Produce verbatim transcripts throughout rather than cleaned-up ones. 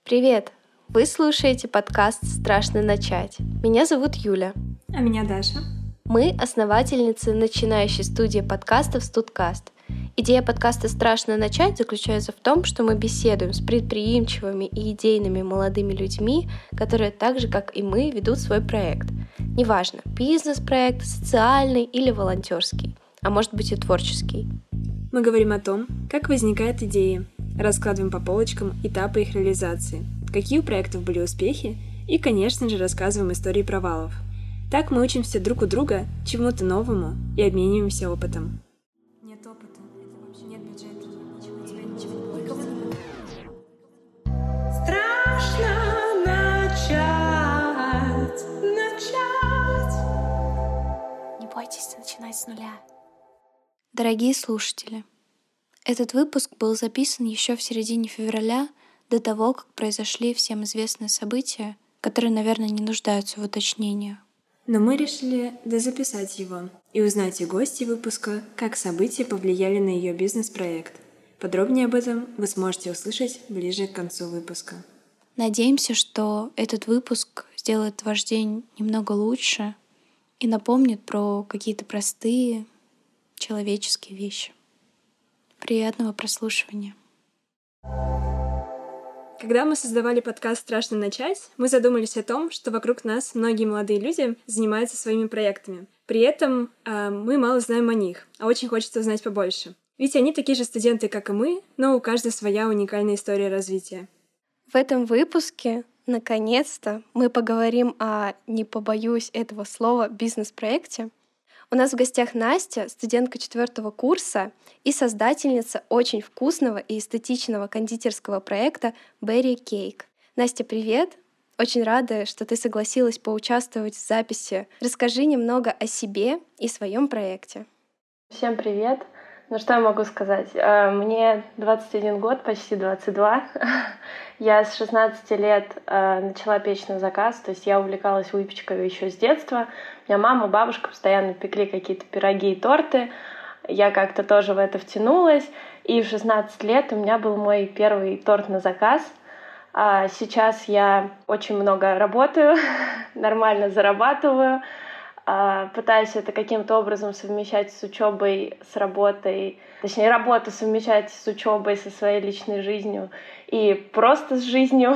Привет! Вы слушаете подкаст «Страшно начать». Меня зовут Юля. А меня Даша. Мы основательницы начинающей студии подкастов «Студкаст». Идея подкаста «Страшно начать» заключается в том, что мы беседуем с предприимчивыми и идейными молодыми людьми, которые так же, как и мы, ведут свой проект. Неважно, бизнес-проект, социальный или волонтерский, а может быть и творческий. Мы говорим о том, как возникают идеи, раскладываем по полочкам этапы их реализации, какие у проектов были успехи и, конечно же, рассказываем истории провалов. Так мы учимся друг у друга чему-то новому и обмениваемся опытом. Нет опыта, это вообще нет бюджета, ничего, тебя ничего, никого не... Страшно начать, начать. Не бойтесь начинать с нуля. Дорогие слушатели, этот выпуск был записан еще в середине февраля, до того, как произошли всем известные события, которые, наверное, не нуждаются в уточнениях. Но мы решили дозаписать его и узнать у гостей выпуска, как события повлияли на ее бизнес-проект. Подробнее об этом вы сможете услышать ближе к концу выпуска. Надеемся, что этот выпуск сделает ваш день немного лучше и напомнит про какие-то простые человеческие вещи. Приятного прослушивания. Когда мы создавали подкаст «Страшно начать», мы задумались о том, что вокруг нас многие молодые люди занимаются своими проектами. При этом э, мы мало знаем о них, а очень хочется узнать побольше. Ведь они такие же студенты, как и мы, но у каждого своя уникальная история развития. В этом выпуске, наконец-то, мы поговорим о, не побоюсь этого слова, бизнес-проекте. У нас в гостях Настя, студентка четвертого курса и создательница очень вкусного и эстетичного кондитерского проекта Berry Cake. Настя, привет! Очень рада, что ты согласилась поучаствовать в записи. Расскажи немного о себе и своем проекте. Всем привет! Ну что я могу сказать? Мне двадцать один год, почти двадцать два. Я с шестнадцати лет начала печь на заказ, то есть я увлекалась выпечкой еще с детства. У меня мама, бабушка постоянно пекли какие-то пироги и торты. Я как-то тоже в это втянулась. И в шестнадцать лет у меня был мой первый торт на заказ. А сейчас я очень много работаю, нормально зарабатываю. Пытаюсь это каким-то образом совмещать с учебой, с работой, точнее, работу совмещать с учебой, со своей личной жизнью и просто с жизнью,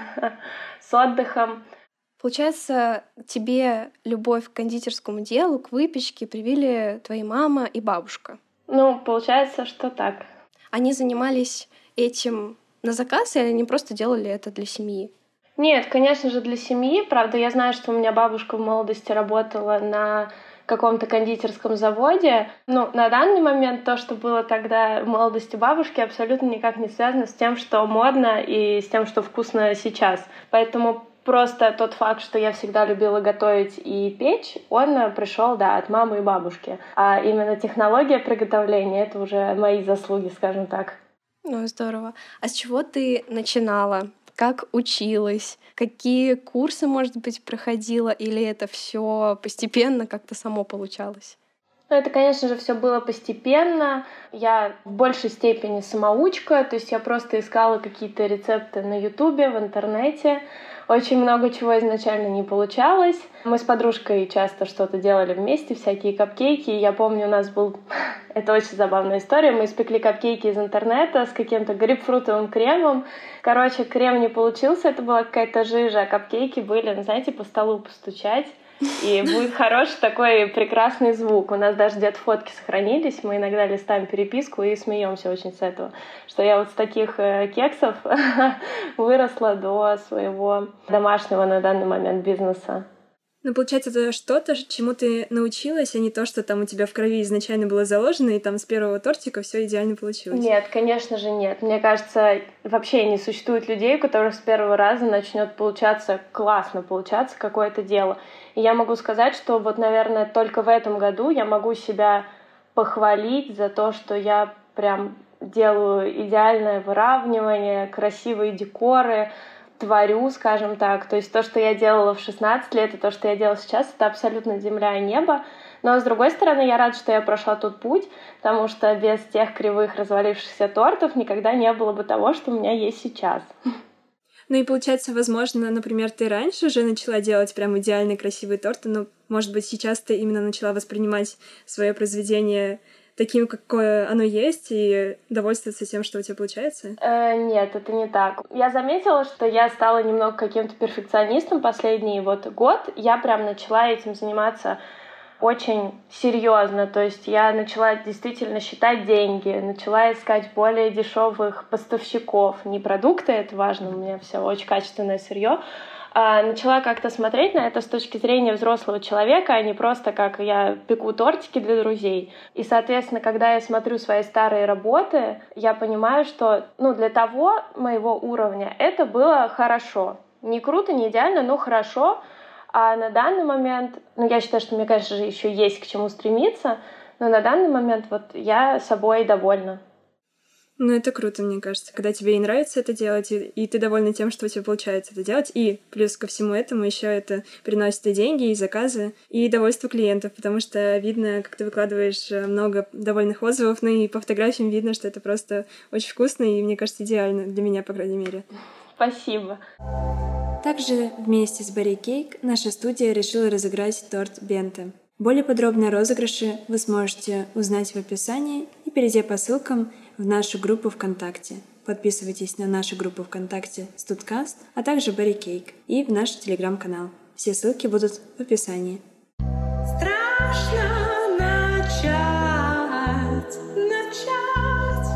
с отдыхом. Получается, тебе любовь к кондитерскому делу, к выпечке привили твои мама и бабушка? Ну, получается, что так. Они занимались этим на заказ, или они просто делали это для семьи? Нет, конечно же, для семьи. Правда, я знаю, что у меня бабушка в молодости работала на каком-то кондитерском заводе. Ну, на данный момент то, что было тогда в молодости бабушки, абсолютно никак не связано с тем, что модно и с тем, что вкусно сейчас. Поэтому просто тот факт, что я всегда любила готовить и печь, он пришел, да, от мамы и бабушки. А именно технология приготовления — это уже мои заслуги, скажем так. Ну, здорово. А с чего ты начинала? Как училась? Какие курсы, может быть, проходила? Или это все постепенно как-то само получалось? Ну, это, конечно же, все было постепенно. Я в большей степени самоучка, то есть я просто искала какие-то рецепты на Ютубе, в интернете. Очень много чего изначально не получалось. Мы с подружкой часто что-то делали вместе, всякие капкейки. Я помню, у нас был... Это очень забавная история. Мы испекли капкейки из интернета с каким-то грейпфрутовым кремом. Короче, крем не получился, это была какая-то жижа, а капкейки были, ну, знаете, по столу постучать. И будет хороший такой прекрасный звук. У нас даже где-то фотки сохранились. Мы иногда листаем переписку и смеемся очень с этого. Что я вот с таких кексов выросла до своего домашнего на данный момент бизнеса. Ну, получается, это что-то, чему ты научилась, а не то, что там у тебя в крови изначально было заложено, и там с первого тортика все идеально получилось. Нет, конечно же нет. Мне кажется, вообще не существует людей, у которых с первого раза начнет получаться, классно получаться какое-то дело. И я могу сказать, что вот, наверное, только в этом году я могу себя похвалить за то, что я прям делаю идеальное выравнивание, красивые декоры, творю, скажем так. То есть то, что я делала в шестнадцать лет, и то, что я делаю сейчас, это абсолютно земля и небо. Но, с другой стороны, я рада, что я прошла тот путь, потому что без тех кривых развалившихся тортов никогда не было бы того, что у меня есть сейчас. Ну и получается, возможно, например, ты раньше уже начала делать прям идеальные красивые торты, но, может быть, сейчас ты именно начала воспринимать свое произведение таким, какое оно есть, и довольствоваться тем, что у тебя получается? Э, нет, это не так. Я заметила, что я стала немного каким-то перфекционистом последний вот год. Я прям начала этим заниматься очень серьезно. То есть я начала действительно считать деньги, начала искать более дешевых поставщиков. Не продукты, это важно, у меня все очень качественное сырье. А начала как-то смотреть на это с точки зрения взрослого человека, а не просто как я пеку тортики для друзей. И, соответственно, когда я смотрю свои старые работы, я понимаю, что ну, для того моего уровня это было хорошо. Не круто, не идеально, но хорошо. А на данный момент, ну, я считаю, что мне, конечно же, еще есть к чему стремиться, но на данный момент вот я собой довольна. Ну, это круто, мне кажется, когда тебе и нравится это делать, и, и ты довольна тем, что у тебя получается это делать, и плюс ко всему этому еще это приносит и деньги, и заказы, и довольство клиентов, потому что видно, как ты выкладываешь много довольных отзывов, ну и по фотографиям видно, что это просто очень вкусно, и, мне кажется, идеально для меня, по крайней мере. Спасибо. Также вместе с Berry Cake наша студия решила разыграть торт Бенте. Более подробно о розыгрыше вы сможете узнать в описании и перейдя по ссылкам в нашу группу ВКонтакте. Подписывайтесь на нашу группу ВКонтакте Студкаст, а также Berry Cake и в наш телеграм-канал. Все ссылки будут в описании. Страшно начать, начать.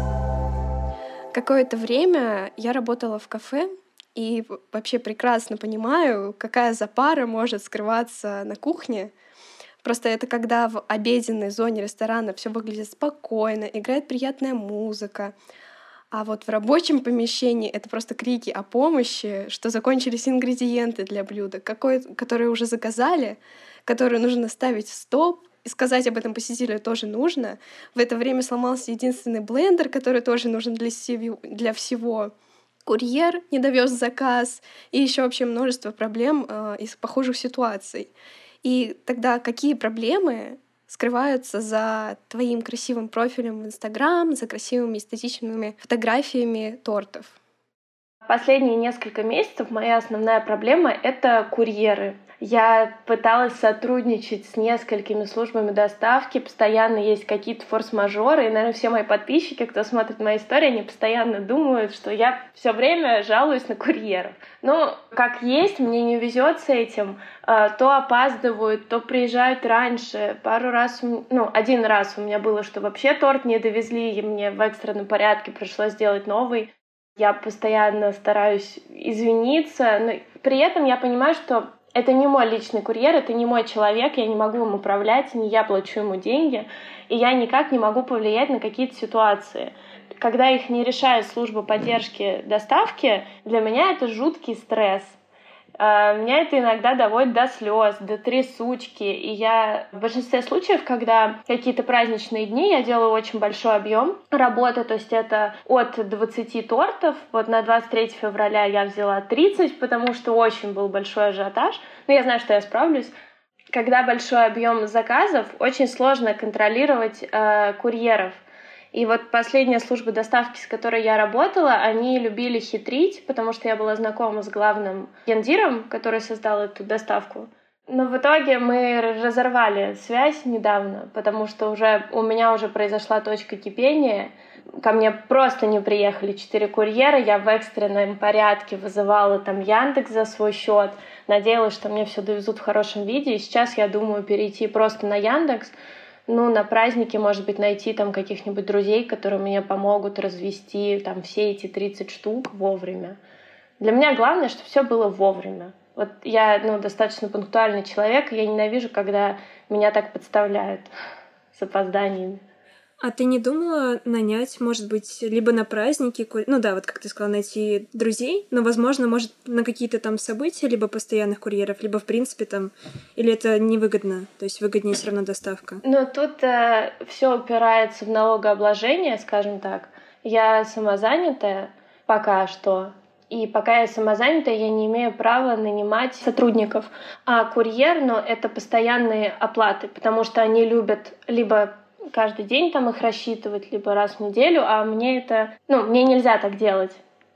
Какое-то время я работала в кафе, и вообще прекрасно понимаю, какая запара может скрываться на кухне. Просто это когда в обеденной зоне ресторана все выглядит спокойно, играет приятная музыка. А вот в рабочем помещении это просто крики о помощи, что закончились ингредиенты для блюда, какой, которые уже заказали, которые нужно ставить в стоп, и сказать об этом посетителю тоже нужно. В это время сломался единственный блендер, который тоже нужен для всего. Для всего. Курьер не довез заказ, и еще вообще множество проблем э, из похожих ситуаций. И тогда какие проблемы скрываются за твоим красивым профилем в Инстаграм, за красивыми эстетичными фотографиями тортов? Последние несколько месяцев моя основная проблема — это курьеры. Я пыталась сотрудничать с несколькими службами доставки, постоянно есть какие-то форс-мажоры, и, наверное, все мои подписчики, кто смотрит мои истории, они постоянно думают, что я все время жалуюсь на курьеров. Ну, как есть, мне не везет с этим. То опаздывают, то приезжают раньше. Пару раз, ну, один раз у меня было, что вообще торт не довезли, и мне в экстренном порядке пришлось сделать новый. Я постоянно стараюсь извиниться, но при этом я понимаю, что это не мой личный курьер, это не мой человек, я не могу им управлять, не я плачу ему деньги, и я никак не могу повлиять на какие-то ситуации. Когда их не решает служба поддержки доставки, для меня это жуткий стресс. Меня это иногда доводит до слез, до трясучки. И я в большинстве случаев, когда какие-то праздничные дни, я делаю очень большой объем работы, то есть это от двадцати тортов. Вот на двадцать третьего февраля я взяла тридцать, потому что очень был большой ажиотаж. Но я знаю, что я справлюсь. Когда большой объем заказов, очень сложно контролировать э, курьеров. И вот последняя служба доставки, с которой я работала, они любили хитрить, потому что я была знакома с главным гендиром, который создал эту доставку. Но в итоге мы разорвали связь недавно, потому что уже у меня уже произошла точка кипения. Ко мне просто не приехали четыре курьера, я в экстренном порядке вызывала там Яндекс за свой счет, надеялась, что мне все довезут в хорошем виде. И сейчас я думаю перейти просто на Яндекс. Ну, на празднике, может быть, найти там каких-нибудь друзей, которые мне помогут развести там все эти тридцать штук вовремя. Для меня главное, чтобы все было вовремя. Вот я, ну, достаточно пунктуальный человек, и я ненавижу, когда меня так подставляют с опозданиями. А ты не думала нанять, может быть, либо на праздники, ну да, вот как ты сказала, найти друзей, но, возможно, может, на какие-то там события, либо постоянных курьеров, либо, в принципе, там, или это невыгодно, то есть выгоднее все равно доставка? Ну, тут э, все упирается в налогообложение, скажем так. Я самозанятая пока что, и пока я самозанятая, я не имею права нанимать сотрудников. А курьер, ну, это постоянные оплаты, потому что они любят либо каждый день там их рассчитывать, либо раз в неделю, а мне это... Ну, мне нельзя так делать.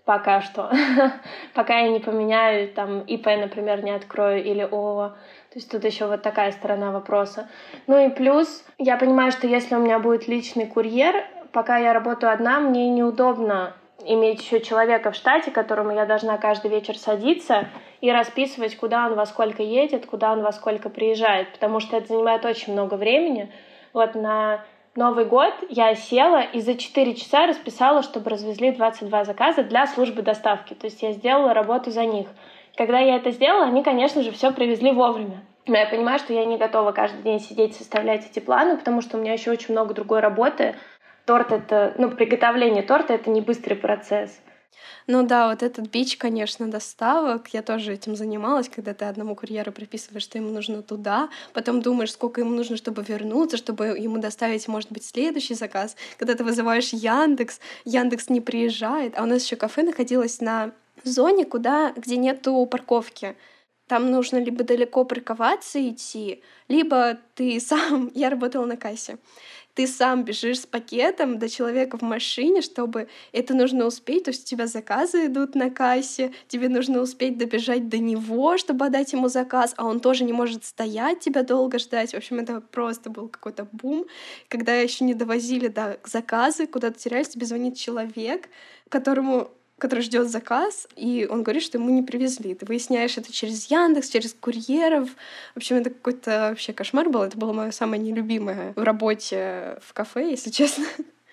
Пока что. Пока я не поменяю, там, ИП, например, не открою или ООО. То есть тут еще вот такая сторона вопроса. Ну и плюс, я понимаю, что если у меня будет личный курьер, пока я работаю одна, мне неудобно иметь еще человека в штате, которому я должна каждый вечер садиться и расписывать, куда он во сколько едет, куда он во сколько приезжает, потому что это занимает очень много времени. Вот на Новый год я села и за четыре часа расписала, чтобы развезли двадцать два заказа для службы доставки. То есть я сделала работу за них. Когда я это сделала, они, конечно же, все привезли вовремя. Но я понимаю, что я не готова каждый день сидеть, составлять эти планы, потому что у меня еще очень много другой работы. Торт — это, ну, приготовление торта — это не быстрый процесс. Ну да, вот этот бич, конечно, доставок. Я тоже этим занималась, когда ты одному курьеру прописываешь, что ему нужно туда, потом думаешь, сколько ему нужно, чтобы вернуться, чтобы ему доставить, может быть, следующий заказ. Когда ты вызываешь Яндекс, Яндекс не приезжает, а у нас еще кафе находилось на зоне, куда, где нету парковки. Там нужно либо далеко парковаться идти, либо ты сам... Я работала на кассе. Ты сам бежишь с пакетом до человека в машине, чтобы это нужно успеть, то есть у тебя заказы идут на кассе, тебе нужно успеть добежать до него, чтобы отдать ему заказ, а он тоже не может стоять, тебя долго ждать. В общем, это просто был какой-то бум. Когда еще не довозили до заказы, куда-то терялись, тебе звонит человек, которому который ждет заказ, и он говорит, что ему не привезли. Ты выясняешь это через Яндекс, через курьеров. В общем, это какой-то вообще кошмар был. Это было мое самое нелюбимое в работе в кафе, если честно.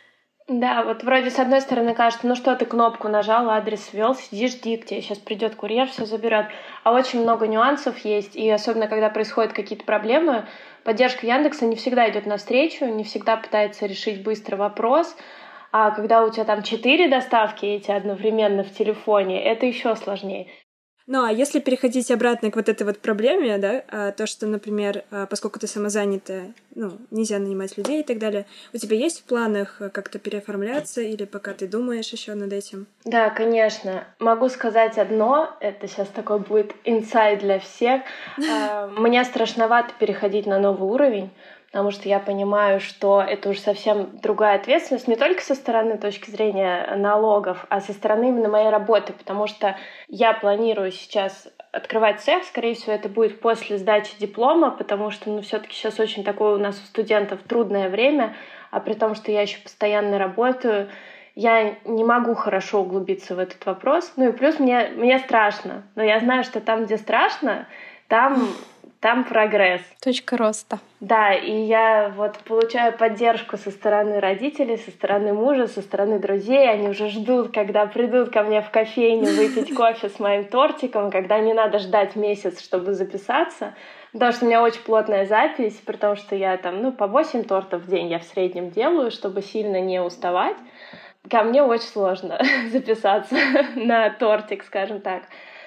Да, вот вроде с одной стороны кажется, ну что, ты кнопку нажал, адрес ввел, сиди, жди, к тебе сейчас придет курьер, все заберет. А очень много нюансов есть, и особенно когда происходят какие-то проблемы, поддержка Яндекса не всегда идет навстречу, не всегда пытается решить быстро вопрос. А когда у тебя там четыре доставки эти одновременно в телефоне, это еще сложнее. Ну, а если переходить обратно к вот этой вот проблеме, да, то, что, например, поскольку ты самозанятая, ну, нельзя нанимать людей и так далее, у тебя есть в планах как-то переоформляться или пока ты думаешь еще над этим? Да, конечно. Могу сказать одно, это сейчас такой будет инсайд для всех. Мне страшновато переходить на новый уровень, потому что я понимаю, что это уже совсем другая ответственность, не только со стороны точки зрения налогов, а со стороны именно моей работы, потому что я планирую сейчас открывать цех, скорее всего, это будет после сдачи диплома, потому что, ну, все-таки сейчас очень такое у нас у студентов трудное время, а при том, что я еще постоянно работаю, я не могу хорошо углубиться в этот вопрос. Ну и плюс мне, мне страшно, но я знаю, что там, где страшно, там... Там прогресс. Точка роста. Да, и я вот получаю поддержку со стороны родителей, со стороны мужа, со стороны друзей. Они уже ждут, когда придут ко мне в кофейню выпить кофе с моим тортиком, когда не надо ждать месяц, чтобы записаться. Потому что у меня очень плотная запись, при том, что я там, ну, по восемь тортов в день я в среднем делаю, чтобы сильно не уставать. Ко мне очень сложно записаться на тортик, скажем так.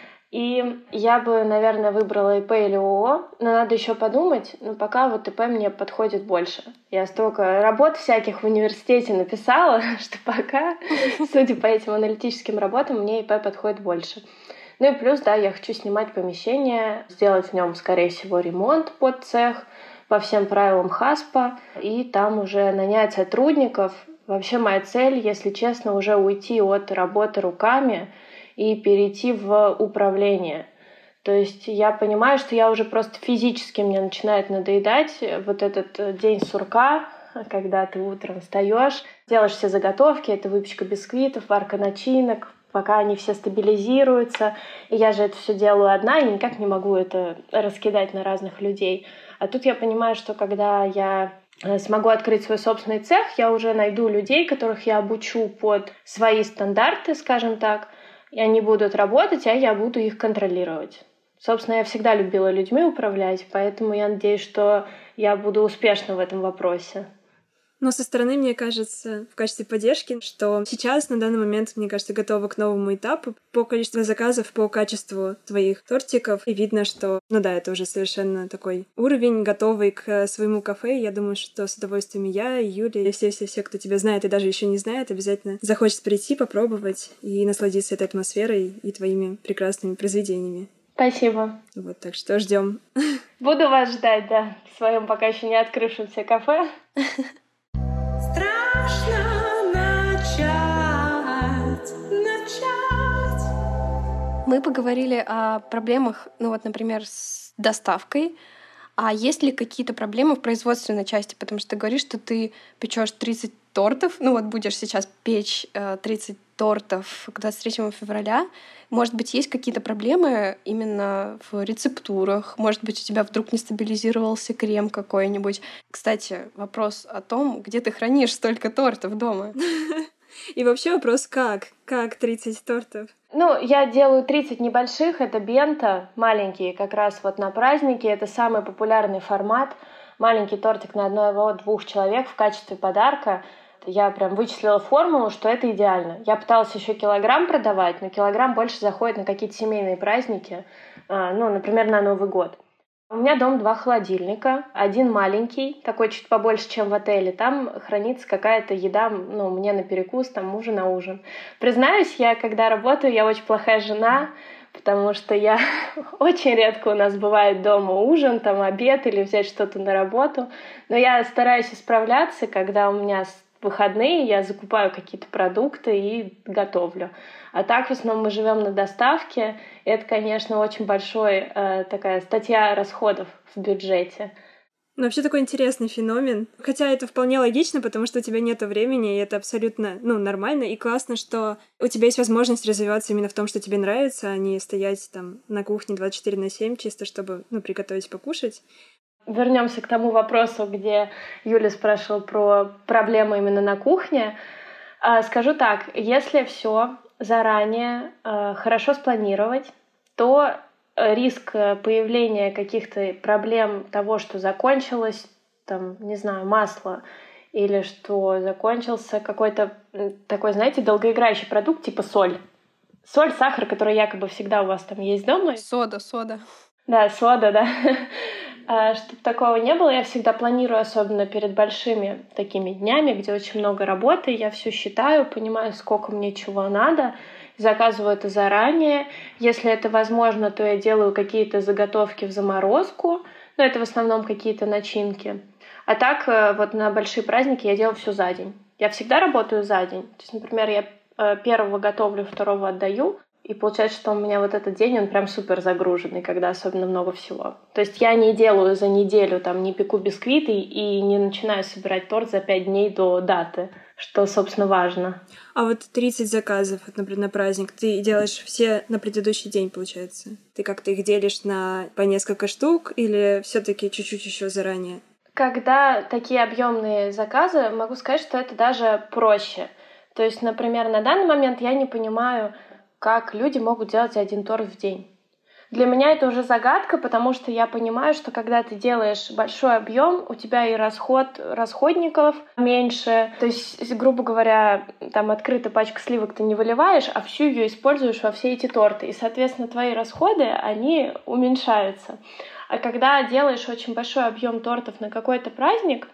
И я бы, наверное, выбрала ИП или ООО, но надо еще подумать, но пока вот ИП мне подходит больше. Я столько работ всяких в университете написала, что пока, судя по этим аналитическим работам, мне ИП подходит больше. Ну и плюс, да, я хочу снимать помещение, сделать в нем, скорее всего, ремонт под цех по всем правилам ХАСПа, и там уже нанять сотрудников. Вообще моя цель, если честно, уже уйти от работы руками и перейти в управление. То есть я понимаю, что я уже просто физически, мне начинает надоедать вот этот день сурка, когда ты утром встаешь, делаешь все заготовки, это выпечка бисквитов, варка начинок, пока они все стабилизируются. И я же это все делаю одна, и никак не могу это раскидать на разных людей. А тут я понимаю, что когда я смогу открыть свой собственный цех, я уже найду людей, которых я обучу под свои стандарты, скажем так, и они будут работать, а я буду их контролировать. Собственно, я всегда любила людьми управлять, поэтому я надеюсь, что я буду успешна в этом вопросе. Но со стороны, мне кажется, в качестве поддержки, что сейчас, на данный момент, мне кажется, готова к новому этапу по количеству заказов, по качеству твоих тортиков. И видно, что, ну да, это уже совершенно такой уровень, готовый к своему кафе. Я думаю, что с удовольствием и я, и Юля, и все-все-все, кто тебя знает и даже еще не знает, обязательно захочет прийти, попробовать и насладиться этой атмосферой и твоими прекрасными произведениями. Спасибо. Вот, так что ждем. Буду вас ждать, да, в своем пока еще не открывшемся кафе. Страшно начать, начать. Мы поговорили о проблемах, ну вот, например, с доставкой. А есть ли какие-то проблемы в производственной части? Потому что ты говоришь, что ты печешь тридцать тортов. Ну вот будешь сейчас печь э, тридцать тортов к двадцать третьему февраля. Может быть, есть какие-то проблемы именно в рецептурах? Может быть, у тебя вдруг не стабилизировался крем какой-нибудь? Кстати, вопрос о том, где ты хранишь столько тортов дома? И вообще вопрос, как? Как тридцать тортов? Ну, я делаю тридцать небольших, это бенто, маленькие, как раз вот на праздники, это самый популярный формат. Маленький тортик на одного-двух человек в качестве подарка. Я прям вычислила формулу, что это идеально. Я пыталась еще килограмм продавать, но килограмм больше заходит на какие-то семейные праздники, ну, например, на Новый год. У меня дома два холодильника. Один маленький, такой чуть побольше, чем в отеле. Там хранится какая-то еда, ну, мне на перекус, там мужу на ужин. Признаюсь, я, когда работаю, я очень плохая жена, потому что я очень редко у нас бывает дома ужин, там обед или взять что-то на работу. Но я стараюсь исправляться, когда у меня выходные, я закупаю какие-то продукты и готовлю. А так, в основном, мы живем на доставке. Это, конечно, очень большой э, такая статья расходов в бюджете. Ну, вообще такой интересный феномен. Хотя это вполне логично, потому что у тебя нет времени, и это абсолютно, ну, нормально. И классно, что у тебя есть возможность развиваться именно в том, что тебе нравится, а не стоять там на кухне двадцать четыре на семь, чисто чтобы, ну, приготовить покушать. Вернемся к тому вопросу, где Юля спрашивала про проблемы именно на кухне. Скажу так, если все заранее хорошо спланировать, то риск появления каких-то проблем того, что закончилось, там, не знаю, масло, или что закончился какой-то такой, знаете, долгоиграющий продукт, типа соль. Соль, сахар, который якобы всегда у вас там есть дома. Сода, сода. Да, сода, да. Чтобы такого не было, я всегда планирую, особенно перед большими такими днями, где очень много работы, я все считаю, понимаю, сколько мне чего надо, заказываю это заранее. Если это возможно, то я делаю какие-то заготовки в заморозку, но это в основном какие-то начинки. А так вот на большие праздники я делаю все за день. Я всегда работаю за день. То есть, например, я первого готовлю, второго отдаю, и получается, что у меня вот этот день, он прям супер загруженный, когда особенно много всего. То есть я не делаю за неделю, там, не пеку бисквиты и не начинаю собирать торт за пять дней до даты, что, собственно, важно. А вот тридцать заказов, например, на праздник, ты делаешь все на предыдущий день, получается? Ты как-то их делишь на по несколько штук или все-таки чуть-чуть еще заранее? Когда такие объемные заказы, могу сказать, что это даже проще. То есть, например, на данный момент я не понимаю, как люди могут делать один торт в день. Для меня это уже загадка, потому что я понимаю, что когда ты делаешь большой объем, у тебя и расход расходников меньше. То есть, грубо говоря, там открытая пачка сливок ты не выливаешь, а всю ее используешь во все эти торты. И, соответственно, твои расходы, они уменьшаются. А когда делаешь очень большой объем тортов на какой-то праздник,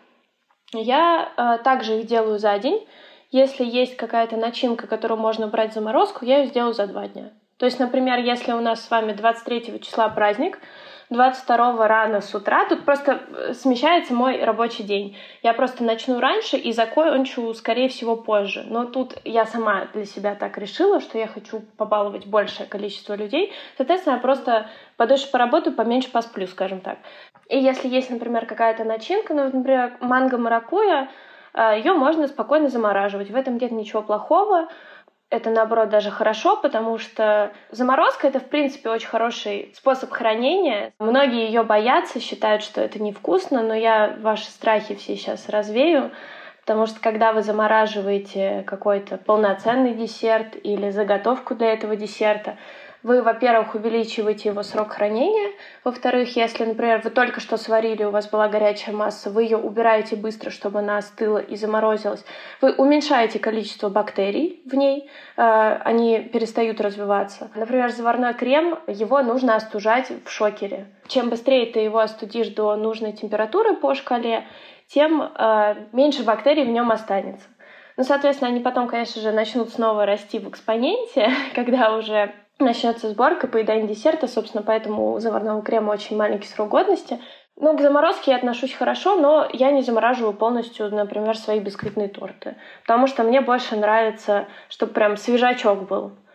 я э, также их делаю за день. Если есть какая-то начинка, которую можно брать в заморозку, я ее сделаю за два дня. То есть, например, если у нас с вами двадцать третьего числа праздник, двадцать второго рано с утра, тут просто смещается мой рабочий день. Я просто начну раньше и закончу, скорее всего, позже. Но тут я сама для себя так решила, что я хочу побаловать большее количество людей. Соответственно, я просто подольше поработаю, поменьше посплю, скажем так. И если есть, например, какая-то начинка, ну, например, манго-маракуйя, ее можно спокойно замораживать. В этом нет ничего плохого. Это, наоборот, даже хорошо, потому что заморозка — это, в принципе, очень хороший способ хранения. Многие ее боятся, считают, что это невкусно, но я ваши страхи все сейчас развею, потому что когда вы замораживаете какой-то полноценный десерт или заготовку для этого десерта, вы, во-первых, увеличиваете его срок хранения. Во-вторых, если, например, вы только что сварили, у вас была горячая масса, вы ее убираете быстро, чтобы она остыла и заморозилась. Вы уменьшаете количество бактерий в ней, они перестают развиваться. Например, заварной крем, его нужно остужать в шокере. Чем быстрее ты его остудишь до нужной температуры по шкале, тем меньше бактерий в нем останется. Ну, соответственно, они потом, конечно же, начнут снова расти в экспоненте, когда уже начнется сборка, поедание десерта, собственно, поэтому у заварного крема очень маленький срок годности. Ну, к заморозке я отношусь хорошо, но я не замораживаю полностью, например, свои бисквитные торты, потому что мне больше нравится, чтобы прям свежачок был.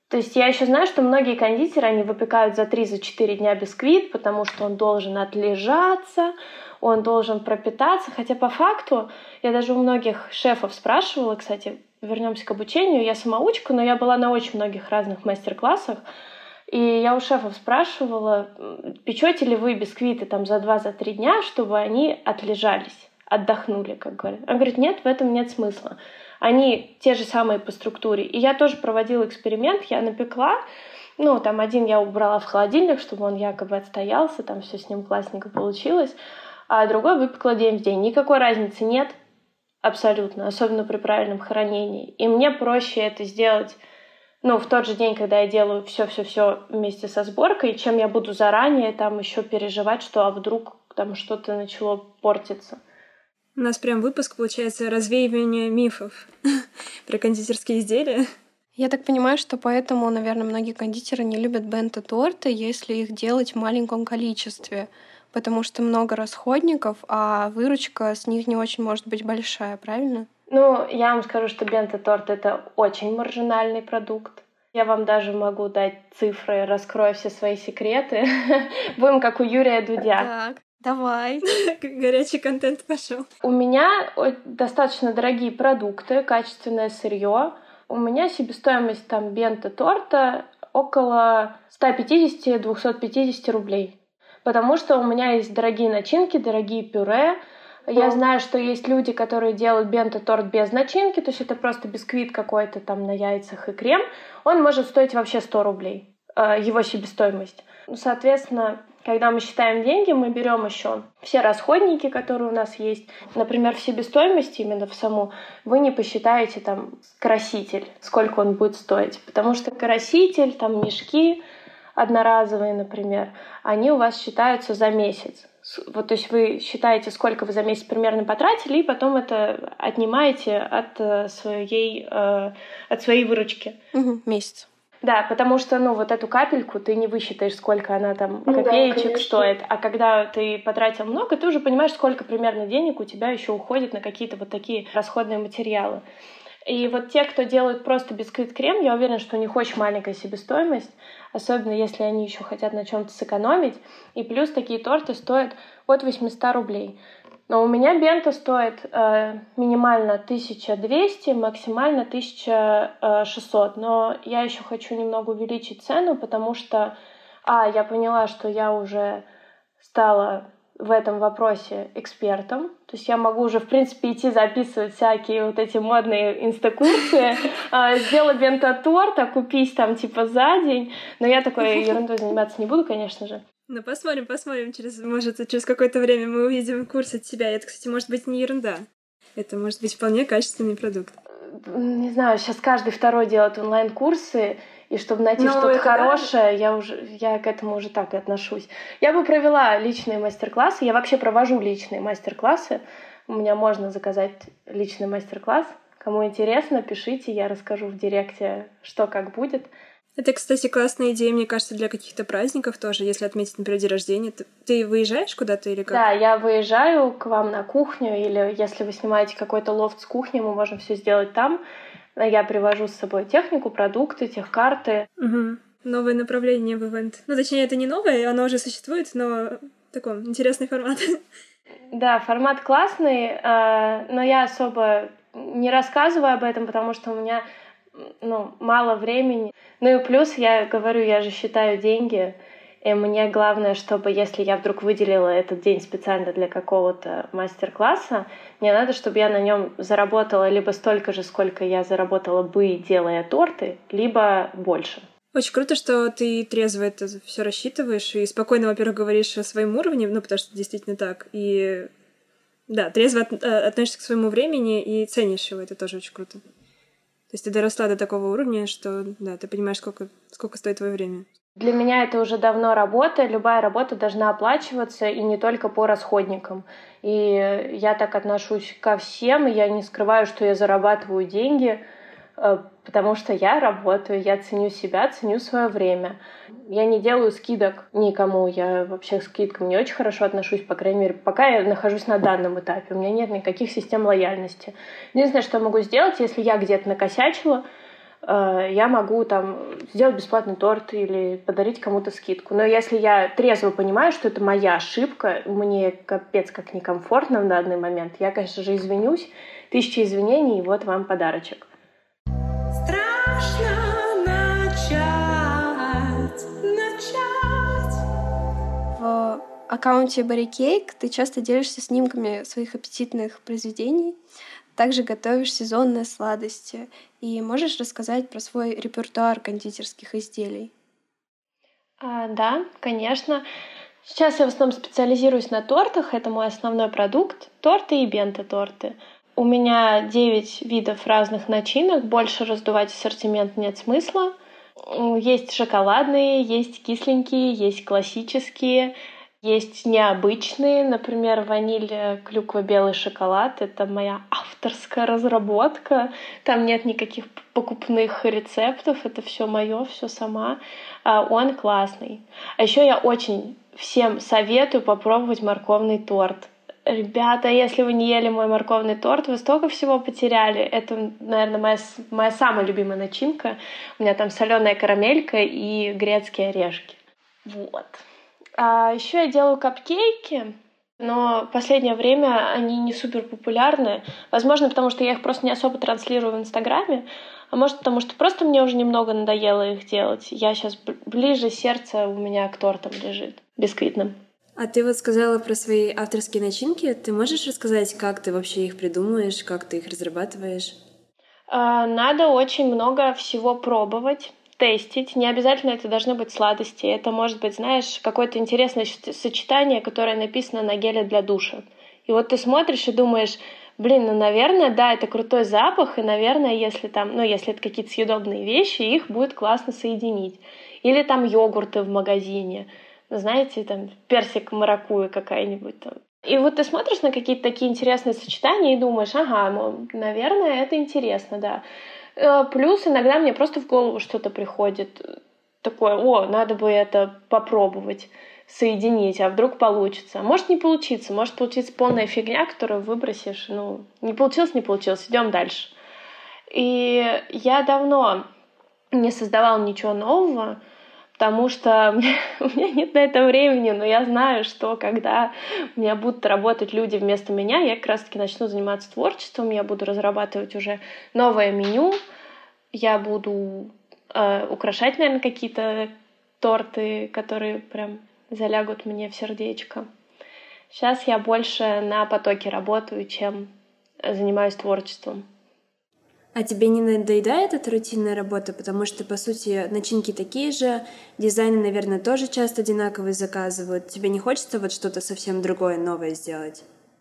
То есть я еще знаю, что многие кондитеры, они выпекают за три-четыре дня бисквит, потому что он должен отлежаться, он должен пропитаться. Хотя по факту, я даже у многих шефов спрашивала, кстати, вернемся к обучению, я самоучка, но я была на очень многих разных мастер-классах, и я у шефов спрашивала, печете ли вы бисквиты там за два-три дня, чтобы они отлежались, отдохнули, как говорят. Он говорит, нет, в этом нет смысла. Они те же самые по структуре. И я тоже проводила эксперимент, я напекла, ну, там один я убрала в холодильник, чтобы он якобы отстоялся, там все с ним классненько получилось, а другой выпекла день в день. Никакой разницы нет абсолютно, особенно при правильном хранении. И мне проще это сделать, ну, в тот же день, когда я делаю все-все-все вместе со сборкой, чем я буду заранее там еще переживать, что а вдруг там что-то начало портиться. У нас прям выпуск, получается, развеивание мифов про кондитерские изделия. Я так понимаю, что поэтому, наверное, многие кондитеры не любят бенто-торты, если их делать в маленьком количестве, потому что много расходников, а выручка с них не очень может быть большая, правильно? Ну, я вам скажу, что бенто-торт — это очень маржинальный продукт. Я вам даже могу дать цифры, раскрою все свои секреты. Будем как у Юрия Дудя. Так. Давай. Горячий контент пошел. У меня достаточно дорогие продукты, качественное сырье. У меня себестоимость там бенто-торта около сто пятьдесят - двести пятьдесят рублей. Потому что у меня есть дорогие начинки, дорогие пюре. Я знаю, что есть люди, которые делают бенто-торт без начинки, то есть это просто бисквит какой-то там на яйцах и крем. Он может стоить вообще сто рублей, его себестоимость. Соответственно, когда мы считаем деньги, мы берем еще все расходники, которые у нас есть. Например, в себестоимости именно в саму вы не посчитаете там краситель, сколько он будет стоить. Потому что краситель, там мешки одноразовые, например, они у вас считаются за месяц. Вот, то есть вы считаете, сколько вы за месяц примерно потратили, и потом это отнимаете от своей, от своей выручки. Угу, месяц. Да, потому что, ну, вот эту капельку ты не высчитаешь, сколько она там ну, копеечек да, стоит. А когда ты потратил много, ты уже понимаешь, сколько примерно денег у тебя еще уходит на какие-то вот такие расходные материалы. И вот те, кто делают просто бисквит-крем, я уверена, что у них очень маленькая себестоимость, особенно если они еще хотят на чем-то сэкономить. И плюс такие торты стоят от восемьсот рублей. Но у меня бенто стоит э, минимально тысяча двести, максимально тысяча шестьсот. Но я еще хочу немного увеличить цену, потому что, а, я поняла, что я уже стала в этом вопросе экспертом. То есть я могу уже, в принципе, идти записывать всякие вот эти модные инстакурсы, сделать бенто-торт, а купить там типа за день. Но я такой ерундой заниматься не буду, конечно же. Ну, посмотрим, посмотрим. Через, может, через какое-то время мы увидим курс от тебя. Это, кстати, может быть не ерунда. Это может быть вполне качественный продукт. Не знаю, сейчас каждый второй делает онлайн-курсы, и чтобы найти ну, что-то хорошее, да? я, уже, я к этому уже так и отношусь. Я бы провела личные мастер-классы. Я вообще провожу личные мастер-классы. У меня можно заказать личный мастер-класс. Кому интересно, пишите, я расскажу в директе, что как будет. Это, кстати, классная идея, мне кажется, для каких-то праздников тоже, если отметить, например, день рождения. Ты, ты выезжаешь куда-то или как? Да, я выезжаю к вам на кухню, или если вы снимаете какой-то лофт с кухней, мы можем все сделать там. Я привожу с собой технику, продукты, техкарты. Угу. Новое направление в ивент. Ну, точнее, это не новое, оно уже существует, но такой интересный формат. Да, формат классный, но я особо не рассказываю об этом, потому что у меня ну, мало времени. Ну и плюс, я говорю, я же считаю деньги, и мне главное, чтобы если я вдруг выделила этот день специально для какого-то мастер-класса, мне надо, чтобы я на нем заработала либо столько же, сколько я заработала бы, делая торты, либо больше. Очень круто, что ты трезво это все рассчитываешь и спокойно, во-первых, говоришь о своем уровне, ну, потому что это действительно так, и да, трезво от, относишься к своему времени и ценишь его, это тоже очень круто. То есть ты доросла до такого уровня, что да, ты понимаешь, сколько, сколько стоит твое время. Для меня это уже давно работа. Любая работа должна оплачиваться, и не только по расходникам. И я так отношусь ко всем, и я не скрываю, что я зарабатываю деньги, потому что я работаю, я ценю себя, ценю свое время. Я не делаю скидок никому, я вообще к скидкам не очень хорошо отношусь, по крайней мере, пока я нахожусь на данном этапе. У меня нет никаких систем лояльности. Единственное, что я могу сделать, если я где-то накосячила, я могу там сделать бесплатный торт или подарить кому-то скидку. Но если я трезво понимаю, что это моя ошибка, мне капец как некомфортно в данный момент, я, конечно же, извинюсь. Тысяча извинений, и вот вам подарочек. Страшно начать, начать. В аккаунте Барикейк ты часто делишься снимками своих аппетитных произведений, также готовишь сезонные сладости. И можешь рассказать про свой репертуар кондитерских изделий? А, да, конечно. Сейчас я в основном специализируюсь на тортах. Это мой основной продукт. Торты и бенто-торты. У меня девять видов разных начинок. Больше раздувать ассортимент нет смысла. Есть шоколадные, есть кисленькие, есть классические. Есть необычные, например, ваниль, клюква, белый шоколад. Это моя авторская разработка. Там нет никаких покупных рецептов. Это все мое, все сама. Он классный. А еще я очень всем советую попробовать морковный торт. Ребята, если вы не ели мой морковный торт, вы столько всего потеряли. Это, наверное, моя, моя самая любимая начинка. У меня там соленая карамелька и грецкие орешки. Вот. А еще я делаю капкейки, но в последнее время они не супер популярны. Возможно, потому что я их просто не особо транслирую в Инстаграме, а может, потому что просто мне уже немного надоело их делать. Я сейчас ближе сердце у меня к тортам лежит, бисквитным. А ты вот сказала про свои авторские начинки. Ты можешь рассказать, как ты вообще их придумываешь, как ты их разрабатываешь? А, надо очень много всего пробовать. Тестить. Не обязательно это должны быть сладости. Это может быть, знаешь, какое-то интересное сочетание, которое написано на геле для душа. И вот ты смотришь и думаешь, блин, ну, наверное, да, это крутой запах, и, наверное, если там, ну, если это какие-то съедобные вещи, их будет классно соединить. Или там йогурты в магазине. Знаете, там персик маракуйя какая-нибудь там. И вот ты смотришь на какие-то такие интересные сочетания и думаешь, ага, ну, наверное, это интересно, да. Плюс иногда мне просто в голову что-то приходит такое, о, надо бы это попробовать соединить, а вдруг получится. Может не получиться, может получиться полная фигня, которую выбросишь. Ну, не получилось, не получилось, идем дальше. И я давно не создавала ничего нового, потому что у меня нет на это времени, но я знаю, что когда у меня будут работать люди вместо меня, я как раз-таки начну заниматься творчеством, я буду разрабатывать уже новое меню, я буду э, украшать, наверное, какие-то торты, которые прям залягут мне в сердечко. Сейчас я больше на потоке работаю, чем занимаюсь творчеством. А тебе не надоедает эта рутинная работа? Потому что, по сути, начинки такие же, дизайны, наверное, тоже часто одинаковые заказывают. Тебе не хочется вот что-то совсем другое, новое сделать?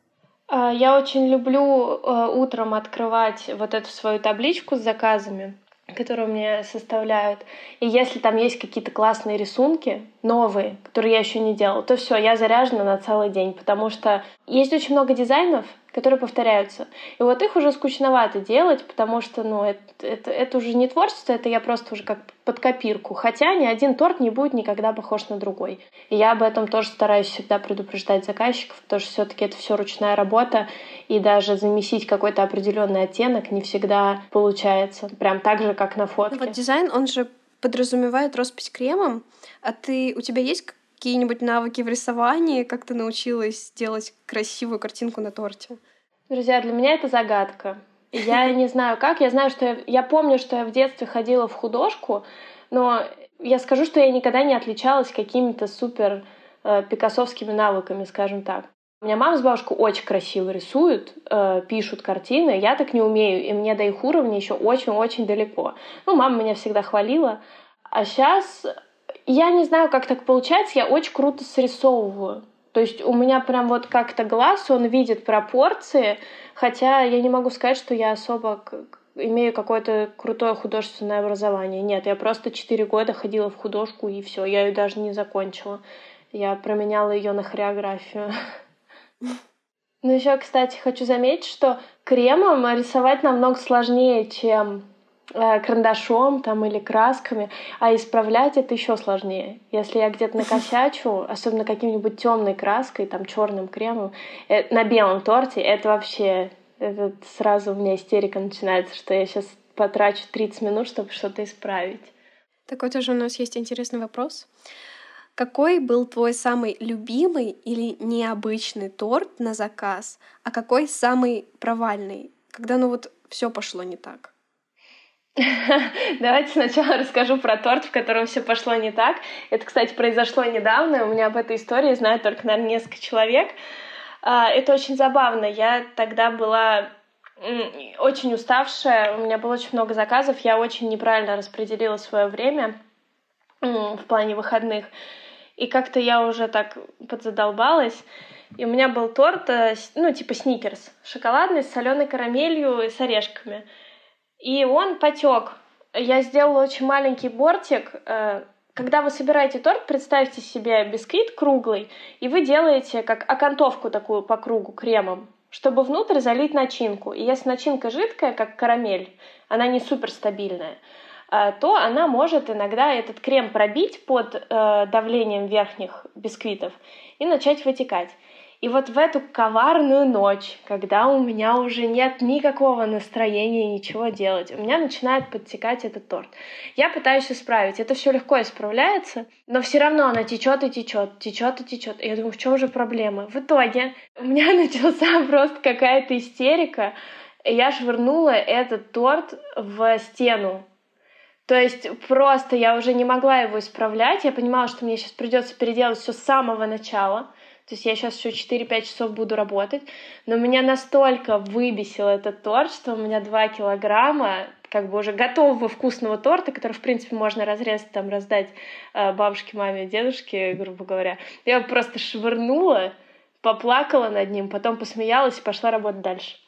Я очень люблю утром открывать вот эту свою табличку с заказами, которые мне составляют. И если там есть какие-то классные рисунки, новые, которые я еще не делала, то все, я заряжена на целый день, потому что есть очень много дизайнов, которые повторяются. И вот их уже скучновато делать, потому что, ну, это, это, это уже не творчество, это я просто уже как под копирку. Хотя ни один торт не будет никогда похож на другой. И я об этом тоже стараюсь всегда предупреждать заказчиков, потому что все-таки это все ручная работа, и даже замесить какой-то определенный оттенок не всегда получается. Прям так же, как на фотке. Вот дизайн, он же подразумевает роспись кремом, а ты, у тебя есть какие-нибудь навыки в рисовании, как ты научилась делать красивую картинку на торте? Друзья, для меня это загадка. Я не знаю как. Я знаю, что я, я помню, что я в детстве ходила в художку, но я скажу, что я никогда не отличалась какими-то супер э, пикассовскими навыками, скажем так. У меня мама с бабушкой очень красиво рисуют, э, пишут картины. Я так не умею, и мне до их уровня еще очень-очень далеко. Ну, мама меня всегда хвалила. А сейчас я не знаю, как так получается, я очень круто срисовываю. То есть у меня прям вот как-то глаз, он видит пропорции, хотя я не могу сказать, что я особо имею какое-то крутое художественное образование. Нет, я просто четыре года ходила в художку, и все, я ее даже не закончила. Я променяла ее на хореографию. Ну еще, кстати, хочу заметить, что кремом рисовать намного сложнее, чем карандашом там, или красками, а исправлять это еще сложнее. Если я где-то накосячу, особенно каким-нибудь темной краской, там черным кремом, э, на белом торте, это вообще это сразу у меня истерика начинается, что я сейчас потрачу тридцать минут, чтобы что-то исправить. Такой тоже у нас есть интересный вопрос. Какой был твой самый любимый или необычный торт на заказ, а какой самый провальный, когда ну вот все пошло не так? Давайте сначала расскажу про торт, в котором все пошло не так. Это, кстати, произошло недавно. У меня об этой истории знают только, наверное, несколько человек. Это очень забавно. Я тогда была очень уставшая, у меня было очень много заказов, я очень неправильно распределила свое время в плане выходных. И как-то я уже так подзадолбалась. И у меня был торт, ну, типа сникерс, шоколадный, с соленой карамелью и с орешками. И он потек. Я сделала очень маленький бортик. Когда вы собираете торт, представьте себе бисквит круглый, и вы делаете как окантовку такую по кругу кремом, чтобы внутрь залить начинку. И если начинка жидкая, как карамель, она не суперстабильная, то она может иногда этот крем пробить под э, давлением верхних бисквитов и начать вытекать. И вот в эту коварную ночь, когда у меня уже нет никакого настроения ничего делать, у меня начинает подтекать этот торт. Я пытаюсь исправить. Это все легко исправляется, но все равно она течет и течет, течет и течет. И я думаю, в чем же проблема? В итоге у меня начался просто какая-то истерика, и я швырнула этот торт в стену. То есть просто я уже не могла его исправлять. Я понимала, что мне сейчас придется переделать все с самого начала. То есть я сейчас еще четыре-пять часов буду работать. Но меня настолько выбесил этот торт, что у меня два килограмма как бы уже готового вкусного торта, который, в принципе, можно разрезать, там, раздать бабушке, маме, дедушке, грубо говоря. Я его просто швырнула, поплакала над ним, потом посмеялась и пошла работать дальше.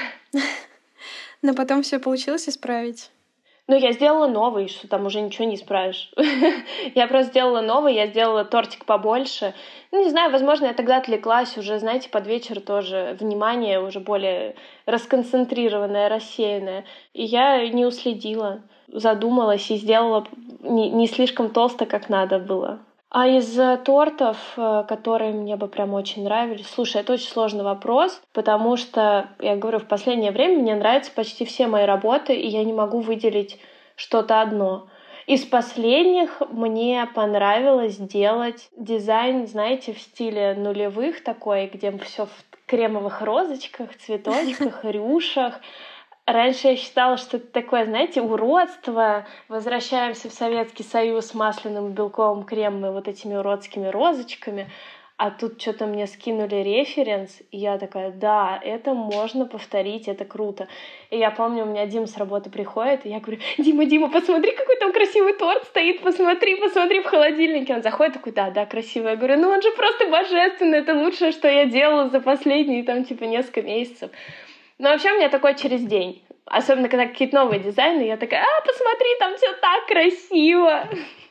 Но потом все получилось исправить. Ну, я сделала новый, что там уже ничего не исправишь. Я просто сделала новый, я сделала тортик побольше. Ну, не знаю, возможно, я тогда отвлеклась уже, знаете, под вечер тоже. Внимание уже более расконцентрированное, рассеянное. И я не уследила, задумалась и сделала не, не слишком толсто, как надо было. А из тортов, которые мне бы прям очень нравились... Слушай, это очень сложный вопрос, потому что, я говорю, в последнее время мне нравятся почти все мои работы, и я не могу выделить что-то одно. Из последних мне понравилось делать дизайн, знаете, в стиле нулевых такой, где все в кремовых розочках, цветочках, рюшах. Раньше я считала, что это такое, знаете, уродство. Возвращаемся в Советский Союз с масляным белковым кремом и вот этими уродскими розочками. А тут что-то мне скинули референс, и я такая, да, это можно повторить, это круто. И я помню, у меня Дима с работы приходит, и я говорю, Дима, Дима, посмотри, какой там красивый торт стоит, посмотри, посмотри в холодильнике. Он заходит такой, да, да, красивый. Я говорю, ну он же просто божественный, это лучшее, что я делала за последние там типа несколько месяцев. Но вообще у меня такое через день. Особенно, когда какие-то новые дизайны, я такая, а, посмотри, там все так красиво.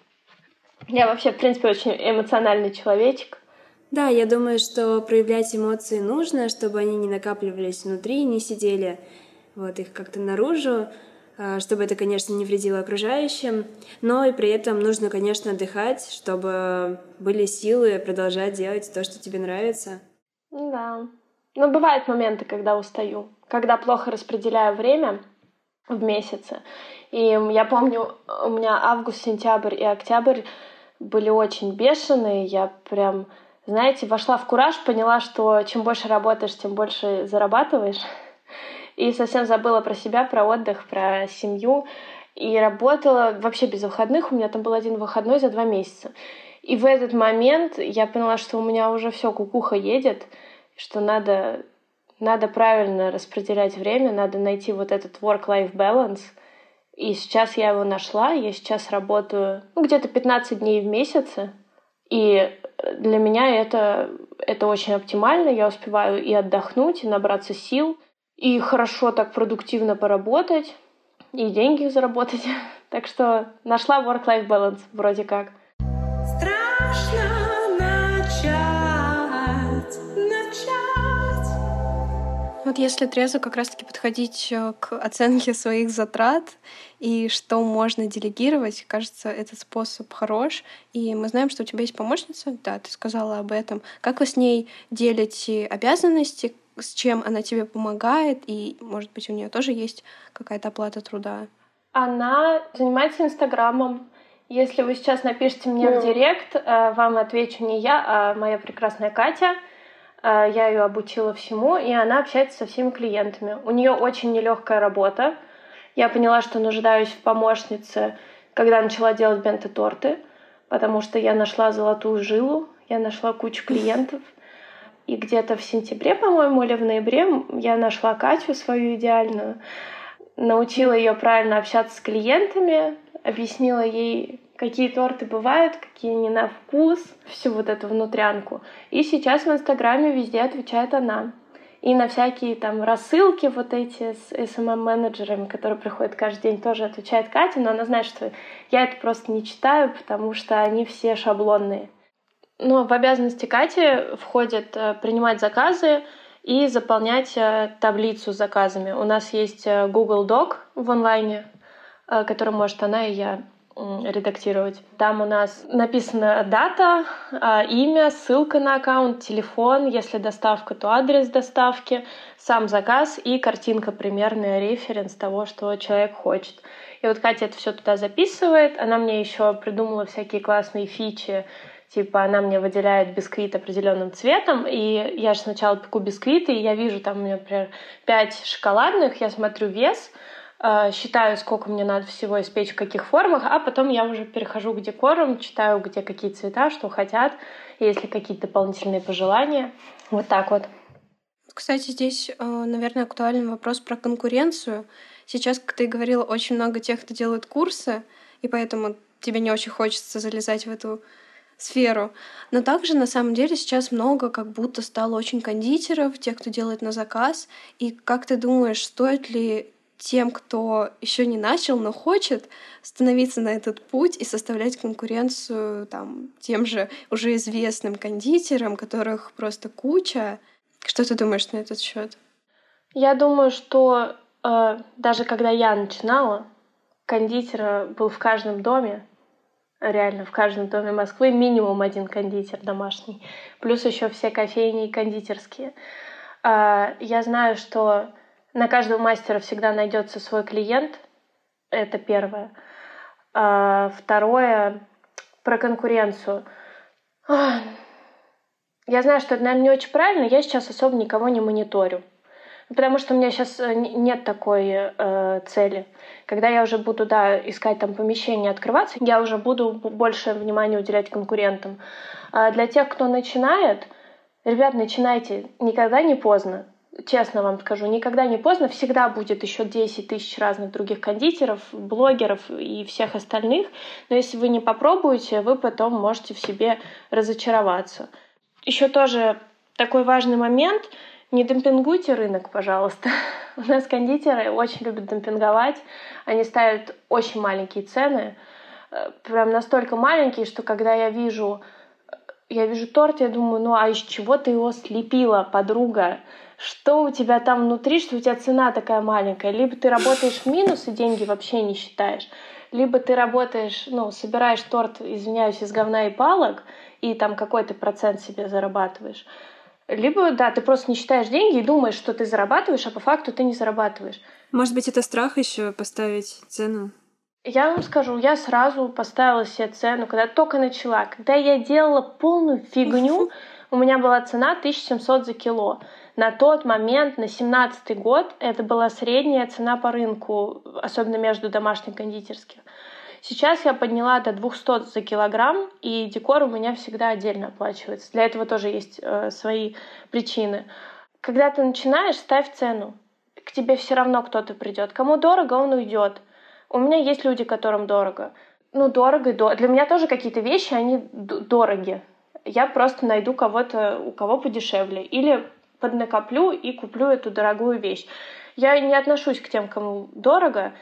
Я вообще, в принципе, очень эмоциональный человечек. Да, я думаю, что проявлять эмоции нужно, чтобы они не накапливались внутри, не сидели вот их как-то наружу, чтобы это, конечно, не вредило окружающим, но и при этом нужно, конечно, отдыхать, чтобы были силы продолжать делать то, что тебе нравится. Да. Но бывают моменты, когда устаю, когда плохо распределяю время в месяце. И я помню, у меня август, сентябрь и октябрь были очень бешеные. Я прям, знаете, вошла в кураж, поняла, что чем больше работаешь, тем больше зарабатываешь. И совсем забыла про себя, про отдых, про семью. И работала вообще без выходных. У меня там был один выходной за два месяца. И в этот момент я поняла, что у меня уже все кукуха едет, что надо, надо правильно распределять время, надо найти вот этот work-life balance. И сейчас я его нашла. Я сейчас работаю ну, где-то пятнадцать дней в месяц. И для меня это, это очень оптимально. Я успеваю и отдохнуть, и набраться сил, и хорошо так продуктивно поработать, и деньги заработать. Так что нашла work-life balance вроде как. Страшно начать, начать. Вот если трезво как раз-таки подходить к оценке своих затрат и что можно делегировать, кажется, этот способ хорош. И мы знаем, что у тебя есть помощница, да, ты сказала об этом. Как вы с ней делите обязанности, с чем она тебе помогает, и, может быть, у нее тоже есть какая-то оплата труда? Она занимается Инстаграмом. Если вы сейчас напишите мне mm. в директ, вам отвечу не я, а моя прекрасная Катя. Я ее обучила всему, и она общается со всеми клиентами. У нее очень нелегкая работа. Я поняла, что нуждаюсь в помощнице, когда начала делать бенто-торты, потому что я нашла золотую жилу, я нашла кучу клиентов. И где-то в сентябре, по-моему, или в ноябре я нашла Катю, свою идеальную, научила ее правильно общаться с клиентами, объяснила ей, какие торты бывают, какие не на вкус, всю вот эту внутрянку. И сейчас в Инстаграме везде отвечает она. И на всякие там рассылки вот эти с эс эм эм-менеджерами, которые приходят каждый день, тоже отвечает Катя, но она знает, что я это просто не читаю, потому что они все шаблонные. Но в обязанности Кати входит принимать заказы и заполнять таблицу с заказами. У нас есть Google Doc в онлайне, который может она и я редактировать. Там у нас написана дата, имя, ссылка на аккаунт, телефон, если доставка, то адрес доставки, сам заказ и картинка примерная, референс того, что человек хочет. И вот Катя это все туда записывает. Она мне еще придумала всякие классные фичи, типа она мне выделяет бисквит определенным цветом, и я же сначала пеку бисквиты, и я вижу там, у меня, например, пять шоколадных, я смотрю вес, считаю, сколько мне надо всего испечь, в каких формах, а потом я уже перехожу к декорам, читаю, где какие цвета, что хотят, есть ли какие-то дополнительные пожелания. Вот так вот. Кстати, здесь, наверное, актуальный вопрос про конкуренцию. Сейчас, как ты говорила, очень много тех, кто делает курсы, и поэтому тебе не очень хочется залезать в эту сферу. Но также, на самом деле, сейчас много как будто стало очень кондитеров, тех, кто делает на заказ. И как ты думаешь, стоит ли тем, кто еще не начал, но хочет становиться на этот путь и составлять конкуренцию там, тем же уже известным кондитерам, которых просто куча? Что ты думаешь на этот счет? Я думаю, что э, даже когда я начинала, кондитер был в каждом доме, реально в каждом доме Москвы минимум один кондитер домашний, плюс еще все кофейни и кондитерские. Э, я знаю, что на каждого мастера всегда найдется свой клиент. Это первое. А второе, про конкуренцию. Я знаю, что это, наверное, не очень правильно. Я сейчас особо никого не мониторю. Потому что у меня сейчас нет такой э, цели. Когда я уже буду, да, искать там помещение, открываться, я уже буду больше внимания уделять конкурентам. А для тех, кто начинает, ребят, начинайте. Никогда не поздно. Честно вам скажу, никогда не поздно, всегда будет еще десять тысяч разных других кондитеров, блогеров и всех остальных, но если вы не попробуете, вы потом можете в себе разочароваться. Еще тоже такой важный момент, не демпингуйте рынок, пожалуйста. У нас кондитеры очень любят демпинговать, они ставят очень маленькие цены, прям настолько маленькие, что когда я вижу, я вижу торт, я думаю, ну а из чего ты его слепила, подруга? Что у тебя там внутри, что у тебя цена такая маленькая? Либо ты работаешь в минус и деньги вообще не считаешь, либо ты работаешь, ну, собираешь торт, извиняюсь, из говна и палок, и там какой-то процент себе зарабатываешь. Либо, да, ты просто не считаешь деньги и думаешь, что ты зарабатываешь, а по факту ты не зарабатываешь. Может быть, это страх еще поставить цену? Я вам скажу, я сразу поставила себе цену, когда только начала. Когда я делала полную фигню, у меня была цена тысяча семьсот за кило. На тот момент, на семнадцатый год, это была средняя цена по рынку, особенно между домашних кондитерских. Сейчас я подняла до двухсот за килограмм, и декор у меня всегда отдельно оплачивается. Для этого тоже есть э, свои причины. Когда ты начинаешь, ставь цену. К тебе все равно кто-то придет. Кому дорого, он уйдет. У меня есть люди, которым дорого. Ну, дорого и дорого. Для меня тоже какие-то вещи, они д- дороги. Я просто найду кого-то, у кого подешевле. Или поднакоплю и куплю эту дорогую вещь. Я не отношусь к тем, кому дорого.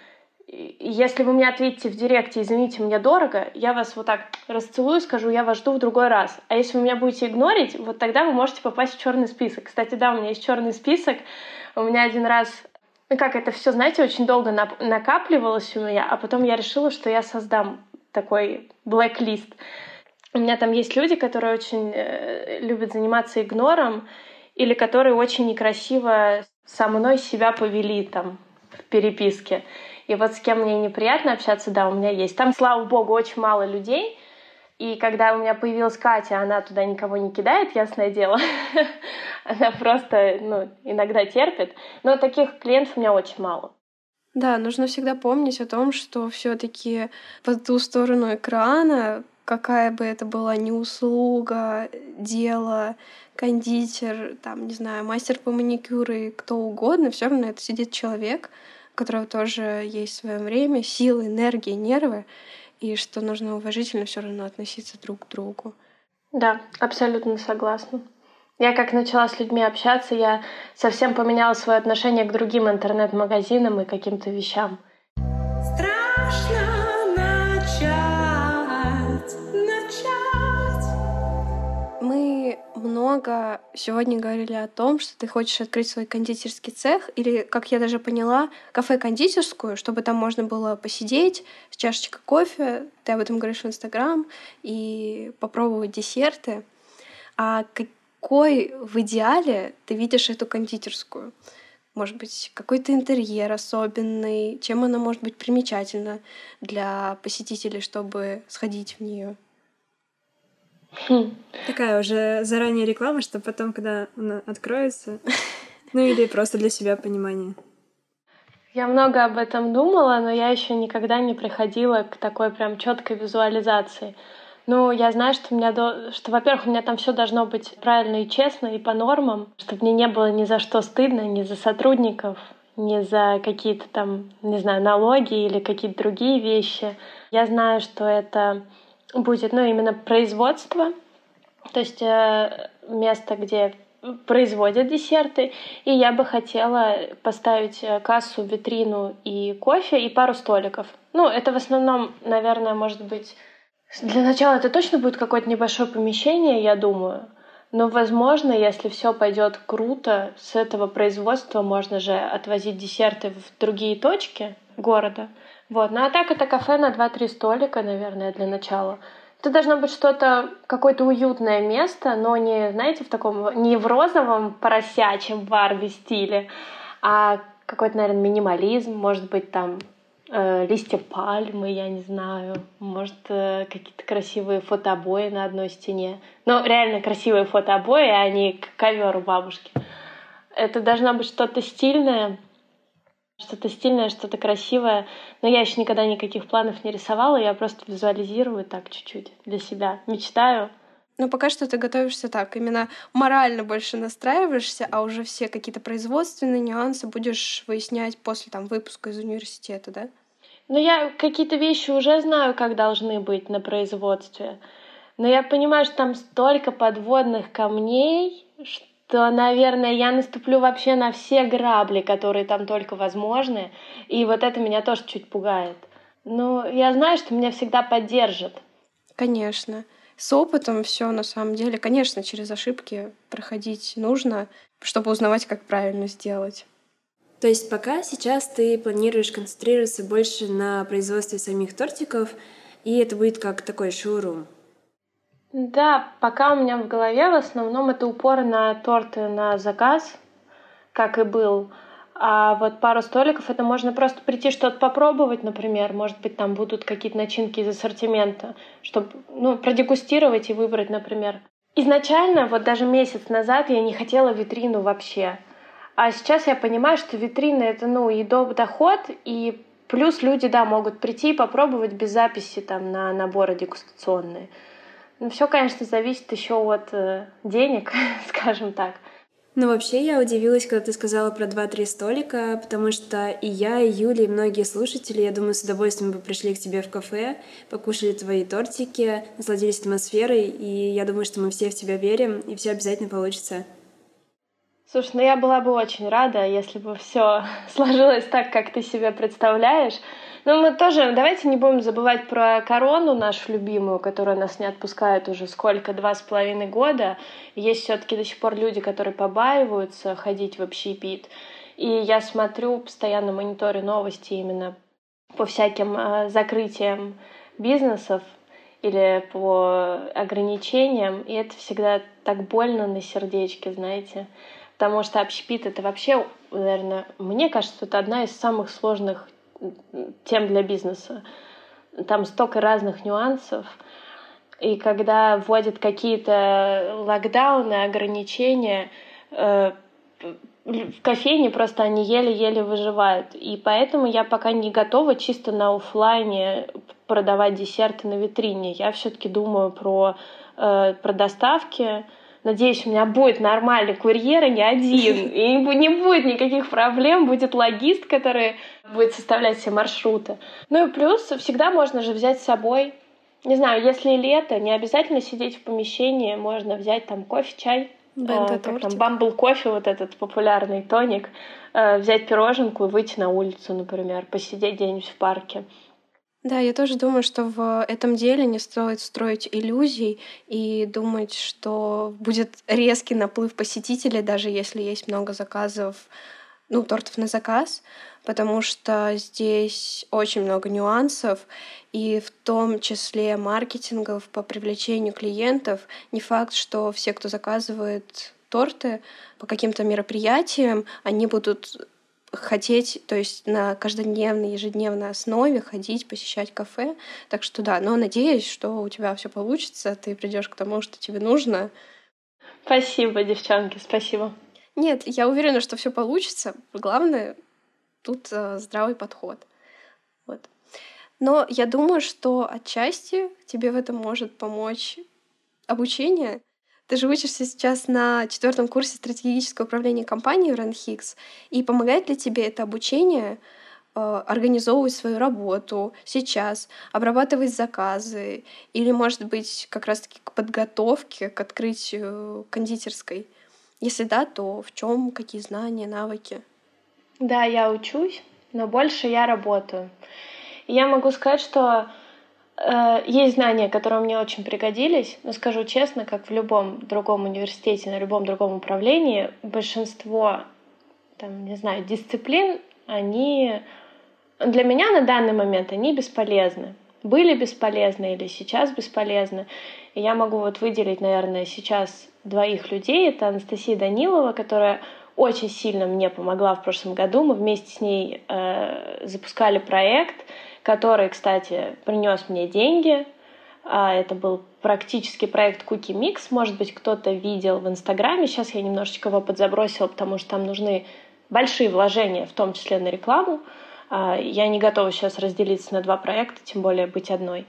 Если вы мне ответите в директе, извините, мне дорого, я вас вот так расцелую, скажу, я вас жду в другой раз. А если вы меня будете игнорить, вот тогда вы можете попасть в черный список. Кстати, да, у меня есть черный список. У меня один раз, ну как это все, знаете, очень долго накапливалось у меня, а потом я решила, что я создам такой блэк-лист. У меня там есть люди, которые очень э, любят заниматься игнором, или которые очень некрасиво со мной себя повели там в переписке. И вот с кем мне неприятно общаться, да, у меня есть. Там, слава богу, очень мало людей. И когда у меня появилась Катя, она туда никого не кидает, ясное дело. Она просто, ну, иногда терпит. Но таких клиентов у меня очень мало. Да, нужно всегда помнить о том, что все-таки по ту сторону экрана, какая бы это была ни услуга, дело, кондитер, там, не знаю, мастер по маникюру и кто угодно, все равно это сидит человек, у которого тоже есть свое время, силы, энергия, нервы, и что нужно уважительно все равно относиться друг к другу. Да, абсолютно согласна. Я как начала с людьми общаться, я совсем поменяла свое отношение к другим интернет-магазинам и каким-то вещам. Страшно начать, начать. Мы много сегодня говорили о том, что ты хочешь открыть свой кондитерский цех или, как я даже поняла, кафе-кондитерскую, чтобы там можно было посидеть с чашечкой кофе, ты об этом говоришь в Инстаграм, и попробовать десерты. А какой в идеале ты видишь эту кондитерскую? Может быть, какой-то интерьер особенный, чем она может быть примечательна для посетителей, чтобы сходить в нее? Хм. Такая уже заранее реклама, что потом, когда она откроется, ну или просто для себя понимание. Я много об этом думала, но я еще никогда не приходила к такой прям четкой визуализации. Ну, я знаю, что у меня, до... что, во-первых, у меня там все должно быть правильно и честно, и по нормам, чтобы мне не было ни за что стыдно, ни за сотрудников, ни за какие-то там, не знаю, налоги или какие-то другие вещи. Я знаю, что это будет, ну, именно производство, то есть э, место, где производят десерты, и я бы хотела поставить кассу, витрину и кофе, и пару столиков. Ну, это в основном, наверное, может быть... Для начала это точно будет какое-то небольшое помещение, я думаю. Но, возможно, если все пойдет круто, с этого производства можно же отвозить десерты в другие точки города. Вот. Ну а так это кафе на два-три столика, наверное, для начала. Это должно быть что-то, какое-то уютное место, но не, знаете, в таком, не в розовом поросячьем Барби стиле, а какой-то, наверное, минимализм, может быть, там э, листья пальмы, я не знаю, может, э, какие-то красивые фотообои на одной стене. Ну, реально красивые фотообои, а не ковер у бабушки. Это должно быть что-то стильное, что-то стильное, что-то красивое. Но я еще никогда никаких планов не рисовала, я просто визуализирую так чуть-чуть для себя, мечтаю. Ну, пока что ты готовишься так, именно морально больше настраиваешься, а уже все какие-то производственные нюансы будешь выяснять после там выпуска из университета, да? Ну, я какие-то вещи уже знаю, как должны быть на производстве. Но я понимаю, что там столько подводных камней, что, наверное, я наступлю вообще на все грабли, которые там только возможны. И вот это меня тоже чуть пугает. Но я знаю, что меня всегда поддержат. Конечно. С опытом все на самом деле, конечно, через ошибки проходить нужно, чтобы узнавать, как правильно сделать. То есть пока сейчас ты планируешь концентрироваться больше на производстве самих тортиков, и это будет как такой шоурум? Да, пока у меня в голове в основном это упор на торты на заказ, как и был. А вот пару столиков это можно просто прийти что-то попробовать, например. Может быть, там будут какие-то начинки из ассортимента, чтобы ну, продегустировать и выбрать, например. Изначально, вот даже месяц назад, я не хотела витрину вообще. А сейчас я понимаю, что витрина — это ну, и доход, и плюс люди, да, могут прийти и попробовать без записи там, на наборы дегустационные. Ну, все, конечно, зависит еще от э, денег, скажем так. Ну, вообще, я удивилась, когда ты сказала про два-три столика, потому что и я, и Юля, и многие слушатели, я думаю, с удовольствием бы пришли к тебе в кафе, покушали твои тортики, насладились атмосферой, и я думаю, что мы все в тебя верим, и все обязательно получится. Слушай, ну я была бы очень рада, если бы все сложилось так, как ты себе представляешь. Но мы тоже, давайте не будем забывать про корону нашу любимую, которая нас не отпускает уже сколько, два с половиной года. Есть все-таки до сих пор люди, которые побаиваются ходить в общепит. И я смотрю, постоянно мониторю новости именно по всяким э, закрытиям бизнесов. или по ограничениям, и это всегда так больно на сердечке, знаете. Потому что общепит — это вообще, наверное, мне кажется, это одна из самых сложных тем для бизнеса. Там столько разных нюансов. И когда вводят какие-то локдауны, ограничения, э, в кофейне просто они еле-еле выживают. И поэтому я пока не готова чисто на офлайне продавать десерты на витрине. Я все-таки думаю про, э, про доставки. Надеюсь, у меня будет нормальный курьер, и не один. И не будет никаких проблем. Будет логист, который будет составлять все маршруты. Ну и плюс всегда можно же взять с собой. Не знаю, если лето, не обязательно сидеть в помещении. Можно взять там кофе, чай. Э, как там, бамбл кофе, вот этот популярный тоник. Э, взять пироженку и выйти на улицу, например. Посидеть где-нибудь в парке. Да, я тоже думаю, что в этом деле не стоит строить иллюзий и думать, что будет резкий наплыв посетителей, даже если есть много заказов, ну, тортов на заказ, потому что здесь очень много нюансов, и в том числе маркетингов по привлечению клиентов. Не факт, что все, кто заказывает торты по каким-то мероприятиям, они будут хотеть, то есть на каждодневной, ежедневной основе ходить, посещать кафе. Так что да, но надеюсь, что у тебя все получится, ты придешь к тому, что тебе нужно. Спасибо, девчонки, спасибо. Нет, я уверена, что все получится. Главное, тут э, здравый подход. Вот. Но я думаю, что отчасти тебе в этом может помочь обучение. Ты же учишься сейчас на четвертом курсе стратегического управления компанией в РАНХИКС. И помогает ли тебе это обучение э, организовывать свою работу сейчас, обрабатывать заказы или, может быть, как раз-таки к подготовке, к открытию кондитерской? Если да, то в чем, какие знания, навыки? Да, я учусь, но больше я работаю. И я могу сказать, что э, есть знания, которые мне очень пригодились, но скажу честно, как в любом другом университете, на любом другом управлении, большинство, там, не знаю, дисциплин, они для меня на данный момент они бесполезны. Были бесполезны или сейчас бесполезны. И я могу вот выделить, наверное, сейчас двоих людей. Это Анастасия Данилова, которая очень сильно мне помогла в прошлом году. Мы вместе с ней э, запускали проект, который, кстати, принес мне деньги. А, это был практически проект Cookie Mix. Может быть, кто-то видел в Инстаграме. Сейчас я немножечко его подзабросила, потому что там нужны большие вложения, в том числе на рекламу. А, я не готова сейчас разделиться на два проекта, тем более быть одной.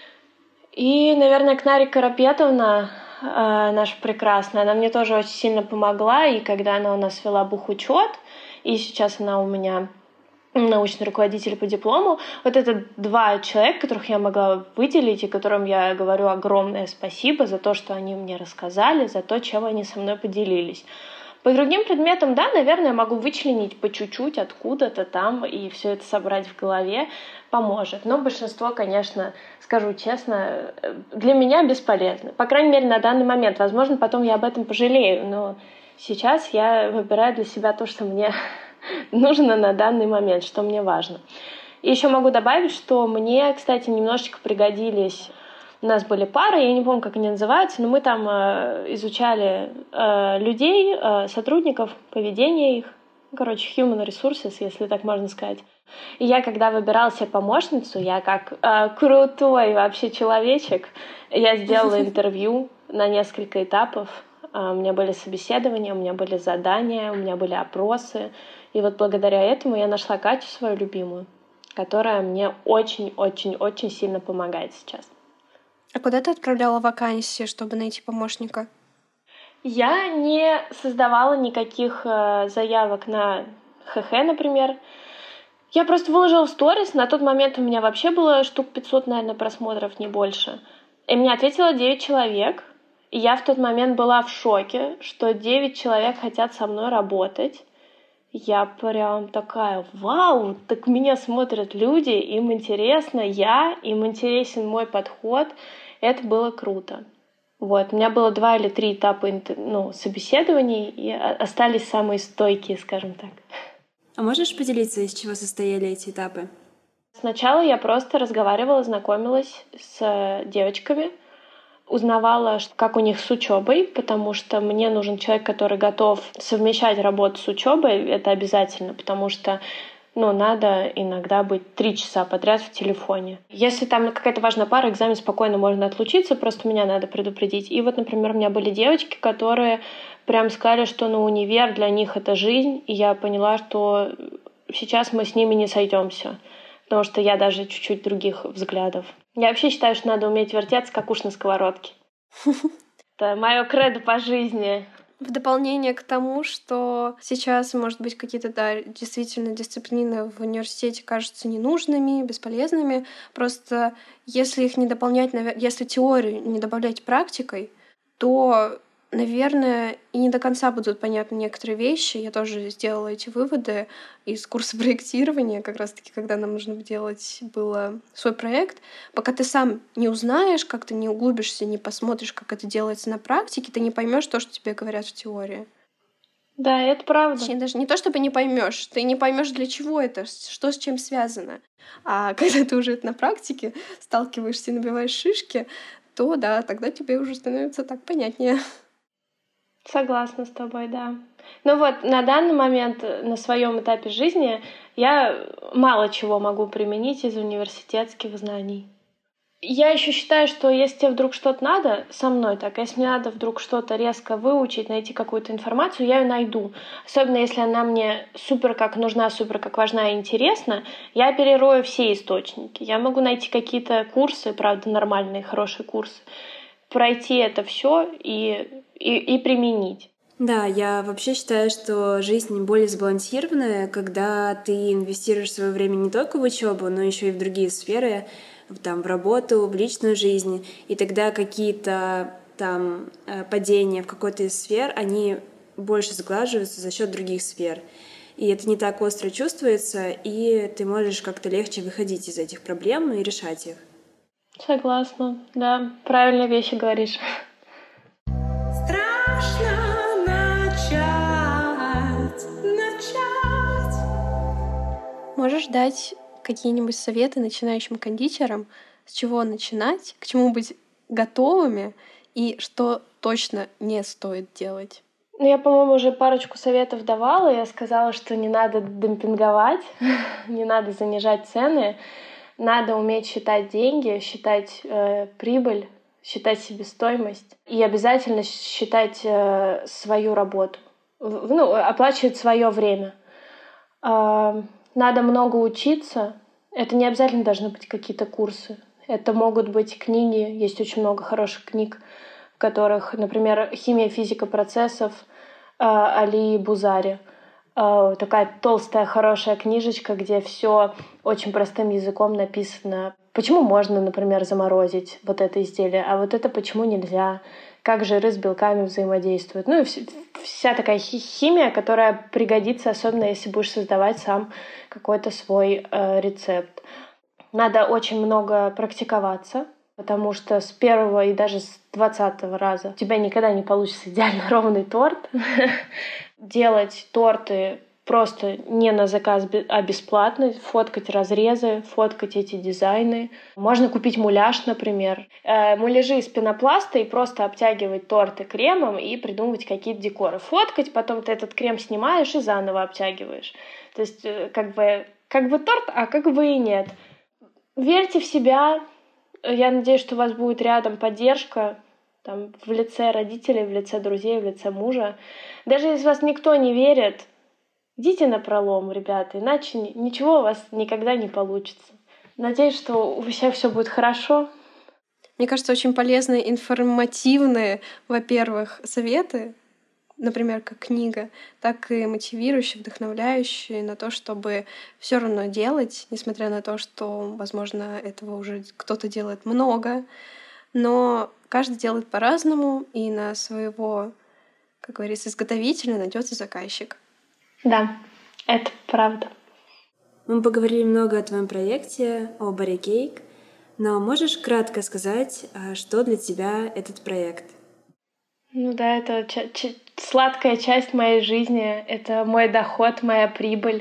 И, наверное, Кнарик Карапетовна, э, наша прекрасная, она мне тоже очень сильно помогла, и когда она у нас вела бухучет, и сейчас она у меня научный руководитель по диплому, вот это два человека, которых я могла выделить, и которым я говорю огромное спасибо за то, что они мне рассказали, за то, чем они со мной поделились. По другим предметам, да, наверное, могу вычленить по чуть-чуть откуда-то там и все это собрать в голове, поможет. Но большинство, конечно, скажу честно, для меня бесполезно. По крайней мере, на данный момент. Возможно, потом я об этом пожалею, но сейчас я выбираю для себя то, что мне нужно на данный момент, что мне важно. И еще могу добавить, что мне, кстати, немножечко пригодились... У нас были пары, я не помню, как они называются, но мы там э, изучали э, людей, э, сотрудников, поведение их. Короче, human resources, если так можно сказать. И я, когда выбирала себе помощницу, я как э, крутой вообще человечек, я сделала интервью на несколько этапов. Э, у меня были собеседования, у меня были задания, у меня были опросы. И вот благодаря этому я нашла Катю, свою любимую, которая мне очень-очень-очень сильно помогает сейчас. А куда ты отправляла вакансии, чтобы найти помощника? Я не создавала никаких э, заявок на ХХ, например. Я просто выложила в сторис. На тот момент у меня вообще было штук пятьсот, наверное, просмотров, не больше. И мне ответило девять человек. И я в тот момент была в шоке, что девять человек хотят со мной работать. Я прям такая: вау, так меня смотрят люди, им интересно я, им интересен мой подход. Это было круто. Вот. У меня было два или три этапа ну, собеседований, и остались самые стойкие, скажем так. А можешь поделиться, из чего состояли эти этапы? Сначала я просто разговаривала, знакомилась с девочками, узнавала, как у них с учебой, потому что мне нужен человек, который готов совмещать работу с учебой. Это обязательно, потому что ну, надо иногда быть три часа подряд в телефоне. Если там какая-то важная пара, экзамен спокойно можно отлучиться, просто меня надо предупредить. И вот, например, у меня были девочки, которые прям сказали, что ну, универ для них — это жизнь, и я поняла, что сейчас мы с ними не сойдемся, потому что я даже чуть-чуть других взглядов. Я вообще считаю, что надо уметь вертеться, как уж на сковородке. Это мое кредо по жизни. В дополнение к тому, что сейчас, может быть, какие-то, да, действительно дисциплины в университете кажутся ненужными, бесполезными. Просто если их не дополнять, если теорию не добавлять практикой, то, наверное, и не до конца будут понятны некоторые вещи. Я тоже сделала эти выводы из курса проектирования, как раз-таки, когда нам нужно делать было свой проект. Пока ты сам не узнаешь, как ты не углубишься, не посмотришь, как это делается на практике, ты не поймешь то, что тебе говорят в теории. Да, это правда. Точнее, даже не то, чтобы не поймешь, ты не поймешь, для чего это, что с чем связано. А когда ты уже это на практике сталкиваешься и набиваешь шишки, то да, тогда тебе уже становится так понятнее. Согласна с тобой, да. Ну вот, на данный момент, на своем этапе жизни, я мало чего могу применить из университетских знаний. Я еще считаю, что если тебе вдруг что-то надо, со мной так, если мне надо вдруг что-то резко выучить, найти какую-то информацию, я ее найду. Особенно если она мне супер как нужна, супер как важна и интересна, я перерою все источники. Я могу найти какие-то курсы, правда, нормальные, хорошие курсы, пройти это все и И, и применить. Да, я вообще считаю, что жизнь более сбалансированная, когда ты инвестируешь свое время не только в учебу, но еще и в другие сферы, там, в работу, в личную жизнь, и тогда какие-то там падения в какой-то из сфер, они больше сглаживаются за счет других сфер. И это не так остро чувствуется, и ты можешь как-то легче выходить из этих проблем и решать их. Согласна, да, правильные вещи говоришь. Страшно начать, начать. Можешь дать какие-нибудь советы начинающим кондитерам, с чего начинать, к чему быть готовыми и что точно не стоит делать? Ну, я, по-моему, уже парочку советов давала. Я сказала, что не надо демпинговать, не надо занижать цены, надо уметь считать деньги, считать э, прибыль, считать себестоимость и обязательно считать э, свою работу, ну, оплачивать свое время. Э, надо много учиться. Это не обязательно должны быть какие-то курсы. Это могут быть книги. Есть очень много хороших книг, в которых, например, «Химия, физика процессов» э, Али Бузари. Э, такая толстая, хорошая книжечка, где все очень простым языком написано. Почему можно, например, заморозить вот это изделие, а вот это почему нельзя? Как жиры с белками взаимодействуют? Ну и вся такая химия, которая пригодится, особенно если будешь создавать сам какой-то свой э, рецепт. Надо очень много практиковаться, потому что с первого и даже с двадцатого раза у тебя никогда не получится идеально ровный торт. Делать торты просто не на заказ, а бесплатно, фоткать разрезы, фоткать эти дизайны. Можно купить муляж, например. Э, муляжи из пенопласта и просто обтягивать торты кремом и придумывать какие-то декоры. Фоткать, потом ты этот крем снимаешь и заново обтягиваешь. То есть э, как бы, как бы торт, а как бы и нет. Верьте в себя. Я надеюсь, что у вас будет рядом поддержка там, в лице родителей, в лице друзей, в лице мужа. Даже если вас никто не верит, идите напролом, ребята, иначе ничего у вас никогда не получится. Надеюсь, что у всех все будет хорошо. Мне кажется, очень полезные, информативные, во-первых, советы, например, как книга, так и мотивирующие, вдохновляющие на то, чтобы все равно делать, несмотря на то, что, возможно, этого уже кто-то делает много, но каждый делает по-разному, и на своего, как говорится, изготовителя найдется заказчик. Да, это правда. Мы поговорили много о твоем проекте, о Баре Кейк, но можешь кратко сказать, что для тебя этот проект? Ну да, это ч- ч- сладкая часть моей жизни, это мой доход, моя прибыль.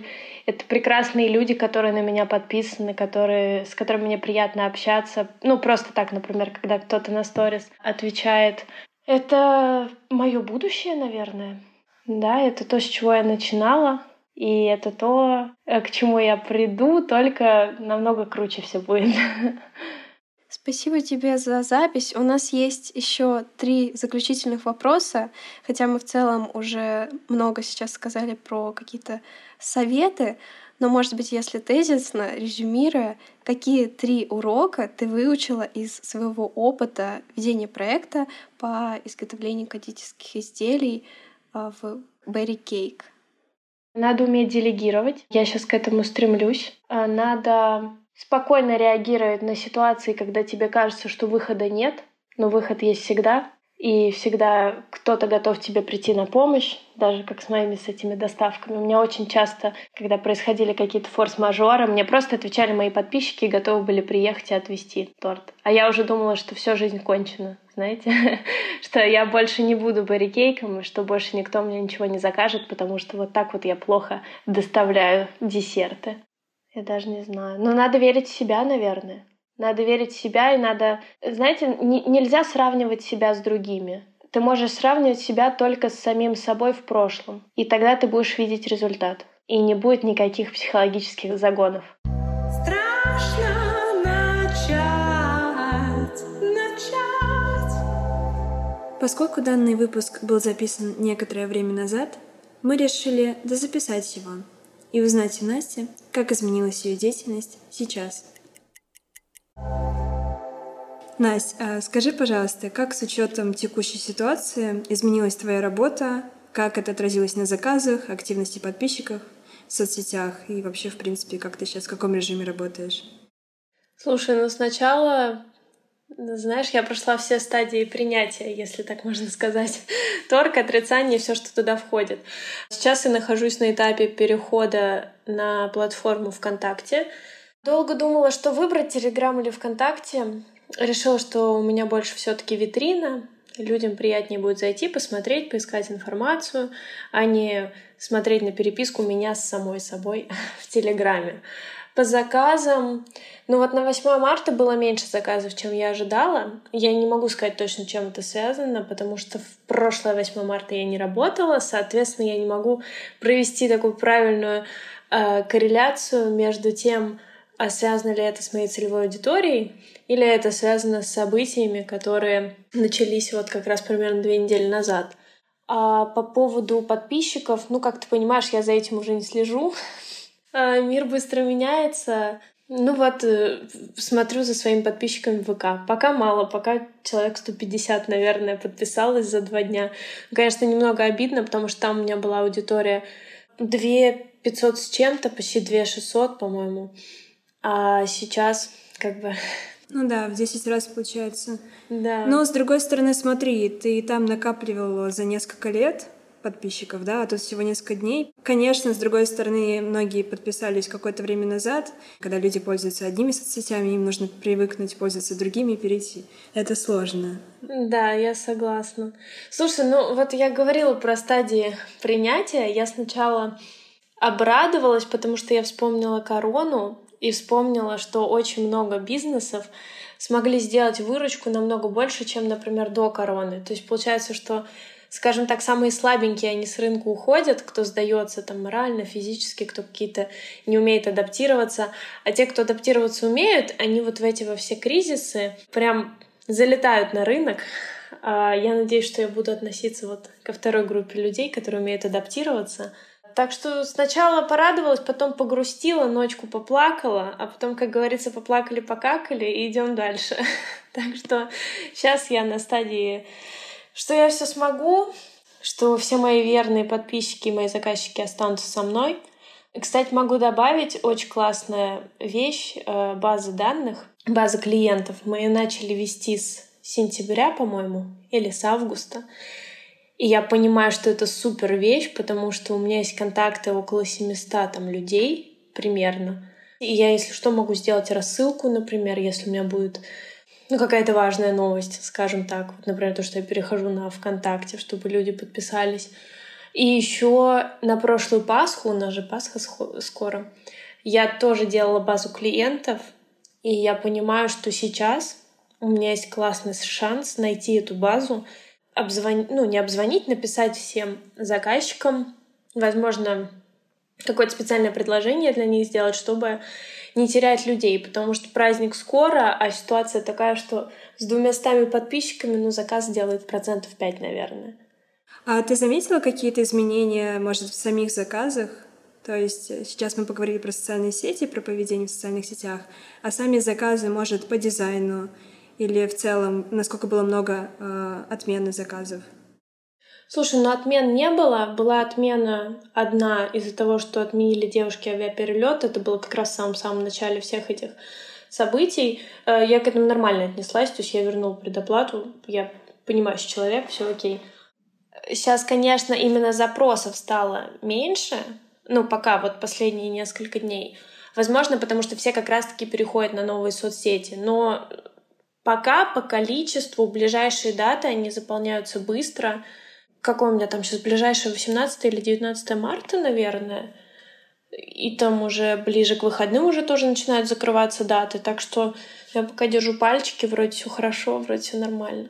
Это прекрасные люди, которые на меня подписаны, которые, с которыми мне приятно общаться. Ну, просто так, например, когда кто-то на сторис отвечает. Это мое будущее, наверное. Да, это то, с чего я начинала. И это то, к чему я приду, только намного круче все будет. Спасибо тебе за запись. У нас есть еще три заключительных вопроса, хотя мы в целом уже много сейчас сказали про какие-то советы, но, может быть, если тезисно, резюмируя, какие три урока ты выучила из своего опыта ведения проекта по изготовлению кондитерских изделий в Berry Cake? Надо уметь делегировать. Я сейчас к этому стремлюсь. Надо спокойно реагировать на ситуации, когда тебе кажется, что выхода нет, но выход есть всегда. И всегда кто-то готов тебе прийти на помощь, даже как с моими с этими доставками. У меня очень часто, когда происходили какие-то форс-мажоры, мне просто отвечали мои подписчики и готовы были приехать и отвезти торт. А я уже думала, что всю жизнь кончена, знаете, что я больше не буду баррикейком, и что больше никто мне ничего не закажет, потому что вот так вот я плохо доставляю десерты. Я даже не знаю. Но надо верить в себя, наверное. Надо верить в себя, и надо... Знаете, н- нельзя сравнивать себя с другими. Ты можешь сравнивать себя только с самим собой в прошлом. И тогда ты будешь видеть результат. И не будет никаких психологических загонов. Страшно начать, начать. Поскольку данный выпуск был записан некоторое время назад, мы решили дозаписать его и узнать у Насти, как изменилась ее деятельность сейчас. Настя, а скажи, пожалуйста, как с учетом текущей ситуации изменилась твоя работа, как это отразилось на заказах, активности подписчиков, в соцсетях и вообще, в принципе, как ты сейчас, в каком режиме работаешь? Слушай, ну сначала, знаешь, я прошла все стадии принятия, если так можно сказать. Торг, отрицание, все, что туда входит. Сейчас я нахожусь на этапе перехода на платформу ВКонтакте. Долго думала, что выбрать, Телеграм или ВКонтакте. Решила, что у меня больше все-таки витрина. Людям приятнее будет зайти, посмотреть, поискать информацию, а не смотреть на переписку меня с самой собой в Телеграме. По заказам... Ну вот на восьмое марта было меньше заказов, чем я ожидала. Я не могу сказать точно, чем это связано, потому что в прошлое восьмое марта я не работала, соответственно, я не могу провести такую правильную э, корреляцию между тем, а связано ли это с моей целевой аудиторией, или это связано с событиями, которые начались вот как раз примерно две недели назад. А по поводу подписчиков, ну, как ты понимаешь, я за этим уже не слежу. Мир быстро меняется. Ну вот, смотрю за своими подписчиками в ВК. Пока мало, пока человек сто пятьдесят, наверное, подписалось за два дня. Конечно, немного обидно, потому что там у меня была аудитория две тысячи пятьсот с чем-то, почти две тысячи шестьсот, по-моему. А сейчас как бы... Ну да, в десять раз получается. Да. Но, с другой стороны, смотри, ты там накапливала за несколько лет подписчиков, да, а тут всего несколько дней. Конечно, с другой стороны, многие подписались какое-то время назад. Когда люди пользуются одними соцсетями, им нужно привыкнуть пользоваться другими и перейти. Это сложно. Да, я согласна. Слушай, ну вот я говорила про стадии принятия. Я сначала обрадовалась, потому что я вспомнила корону и вспомнила, что очень много бизнесов смогли сделать выручку намного больше, чем, например, до короны. То есть получается, что, скажем так, самые слабенькие, они с рынка уходят, кто сдается там морально, физически, кто какие-то не умеет адаптироваться. А те, кто адаптироваться умеют, они вот в эти во все кризисы прям залетают на рынок. Я надеюсь, что я буду относиться вот ко второй группе людей, которые умеют адаптироваться. Так что сначала порадовалась, потом погрустила, ночку поплакала, а потом, как говорится, поплакали-покакали и идем дальше. Так что сейчас я на стадии, что я все смогу, что все мои верные подписчики и мои заказчики останутся со мной. Кстати, могу добавить очень классная вещь, база данных, база клиентов. Мы ее начали вести с сентября, по-моему, или с августа. И я понимаю, что это супер вещь, потому что у меня есть контакты около семьсот там, людей примерно. И я, если что, могу сделать рассылку, например, если у меня будет ну, какая-то важная новость, скажем так. Вот, например, то, что я перехожу на ВКонтакте, чтобы люди подписались. И еще на прошлую Пасху, у нас же Пасха скоро, я тоже делала базу клиентов, и я понимаю, что сейчас у меня есть классный шанс найти эту базу, обзвонить, ну, не обзвонить, написать всем заказчикам, возможно, какое-то специальное предложение для них сделать, чтобы не терять людей, потому что праздник скоро, а ситуация такая, что с двумястами подписчиками, ну, заказ делает процентов пять, наверное. А ты заметила какие-то изменения, может, в самих заказах? То есть сейчас мы поговорили про социальные сети, про поведение в социальных сетях, а сами заказы, может, по дизайну или в целом, насколько было много э, отмены заказов? Слушай, ну отмен не было. Была отмена одна из-за того, что отменили девушки авиаперелет. Это было как раз в самом-самом начале всех этих событий. Я к этому нормально отнеслась, то есть я вернула предоплату. Я понимающий человек, все окей. Сейчас, конечно, именно запросов стало меньше, ну, пока вот последние несколько дней. Возможно, потому что все как раз-таки переходят на новые соцсети. Но пока по количеству ближайшие даты, они заполняются быстро. Какой у меня там сейчас ближайшее, восемнадцатое или девятнадцатое марта, наверное. И там уже ближе к выходным уже тоже начинают закрываться даты. Так что я пока держу пальчики, вроде все хорошо, вроде все нормально.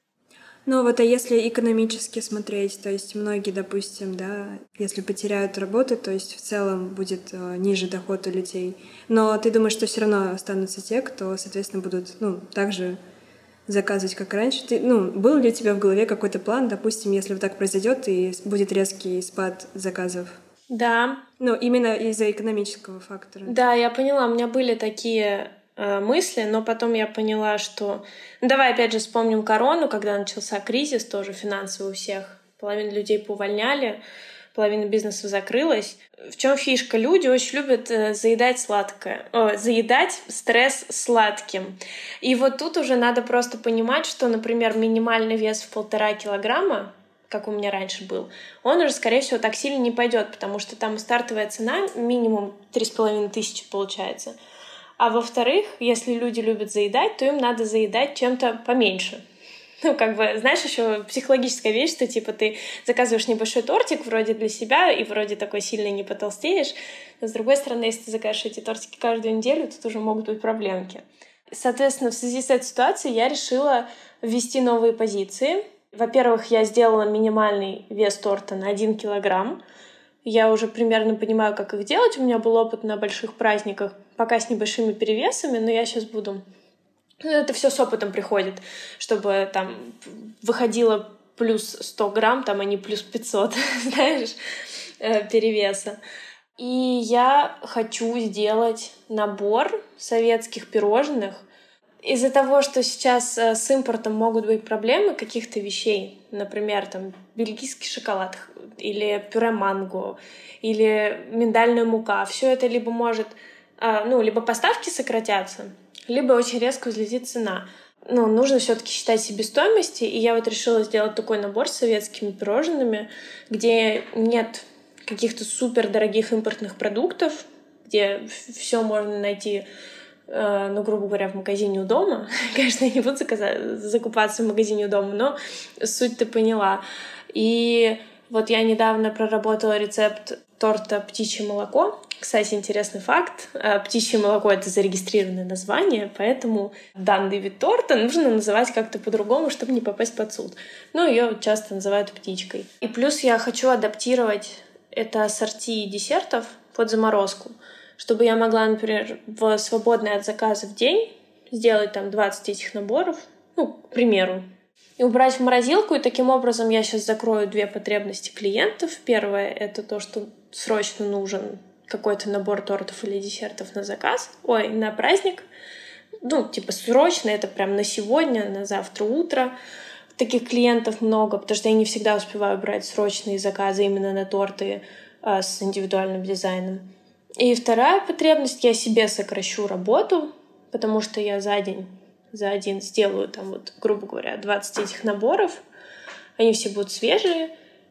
Ну вот, а если экономически смотреть, то есть многие, допустим, да, если потеряют работу, то есть в целом будет э, ниже доход у людей. Но ты думаешь, что все равно останутся те, кто, соответственно, будут, ну, также заказывать, как раньше? Ты, ну, был ли у тебя в голове какой-то план, допустим, если вот так произойдет и будет резкий спад заказов? Да. Ну, именно из-за экономического фактора. Да, я поняла, у меня были такие мысли, но потом я поняла, что... Ну, давай опять же вспомним корону, когда начался кризис, тоже финансовый у всех. Половина людей поувольняли, половина бизнеса закрылась. В чем фишка? Люди очень любят заедать сладкое, о, заедать стресс сладким. И вот тут уже надо просто понимать, что, например, минимальный вес в полтора килограмма, как у меня раньше был, он уже, скорее всего, так сильно не пойдет, потому что там стартовая цена минимум три с половиной тысячи получается. А во-вторых, если люди любят заедать, то им надо заедать чем-то поменьше. Ну, как бы, знаешь, еще психологическая вещь, что, типа, ты заказываешь небольшой тортик вроде для себя и вроде такой сильно не потолстеешь. Но, с другой стороны, если ты закажешь эти тортики каждую неделю, тут уже могут быть проблемки. Соответственно, в связи с этой ситуацией я решила ввести новые позиции. Во-первых, я сделала минимальный вес торта на один килограмм. Я уже примерно понимаю, как их делать. У меня был опыт на больших праздниках, пока с небольшими перевесами, но я сейчас буду... Это все с опытом приходит, чтобы там выходило плюс сто грамм, там, а не плюс пятьсот, знаешь, перевеса. И я хочу сделать набор советских пирожных. Из-за того, что сейчас с импортом могут быть проблемы каких-то вещей, например, там бельгийский шоколад или пюре манго, или миндальная мука, все это либо может, ну, либо поставки сократятся, либо очень резко взлетит цена. Ну, нужно все-таки считать себестоимости, и я вот решила сделать такой набор с советскими пирожными, где нет каких-то супер дорогих импортных продуктов, где все можно найти, ну, грубо говоря, в магазине у дома. Конечно, я не буду заказать, закупаться в магазине у дома, но суть ты поняла. И вот я недавно проработала рецепт торта «Птичье молоко». Кстати, интересный факт. Птичье молоко — это зарегистрированное название, поэтому данный вид торта нужно называть как-то по-другому, чтобы не попасть под суд. Ну, ее часто называют птичкой. И плюс я хочу адаптировать это ассорти десертов под заморозку, чтобы я могла, например, в свободный от заказа в день сделать там двадцать этих наборов, ну, к примеру, и убрать в морозилку, и таким образом я сейчас закрою две потребности клиентов. Первое — это то, что срочно нужен какой-то набор тортов или десертов на заказ, ой, на праздник. Ну, типа срочно, это прям на сегодня, на завтра утро. Таких клиентов много, потому что я не всегда успеваю брать срочные заказы именно на торты а, с индивидуальным дизайном. И вторая потребность — я себе сокращу работу, потому что я за день, за один сделаю там вот, грубо говоря, двадцать этих наборов. Они все будут свежие.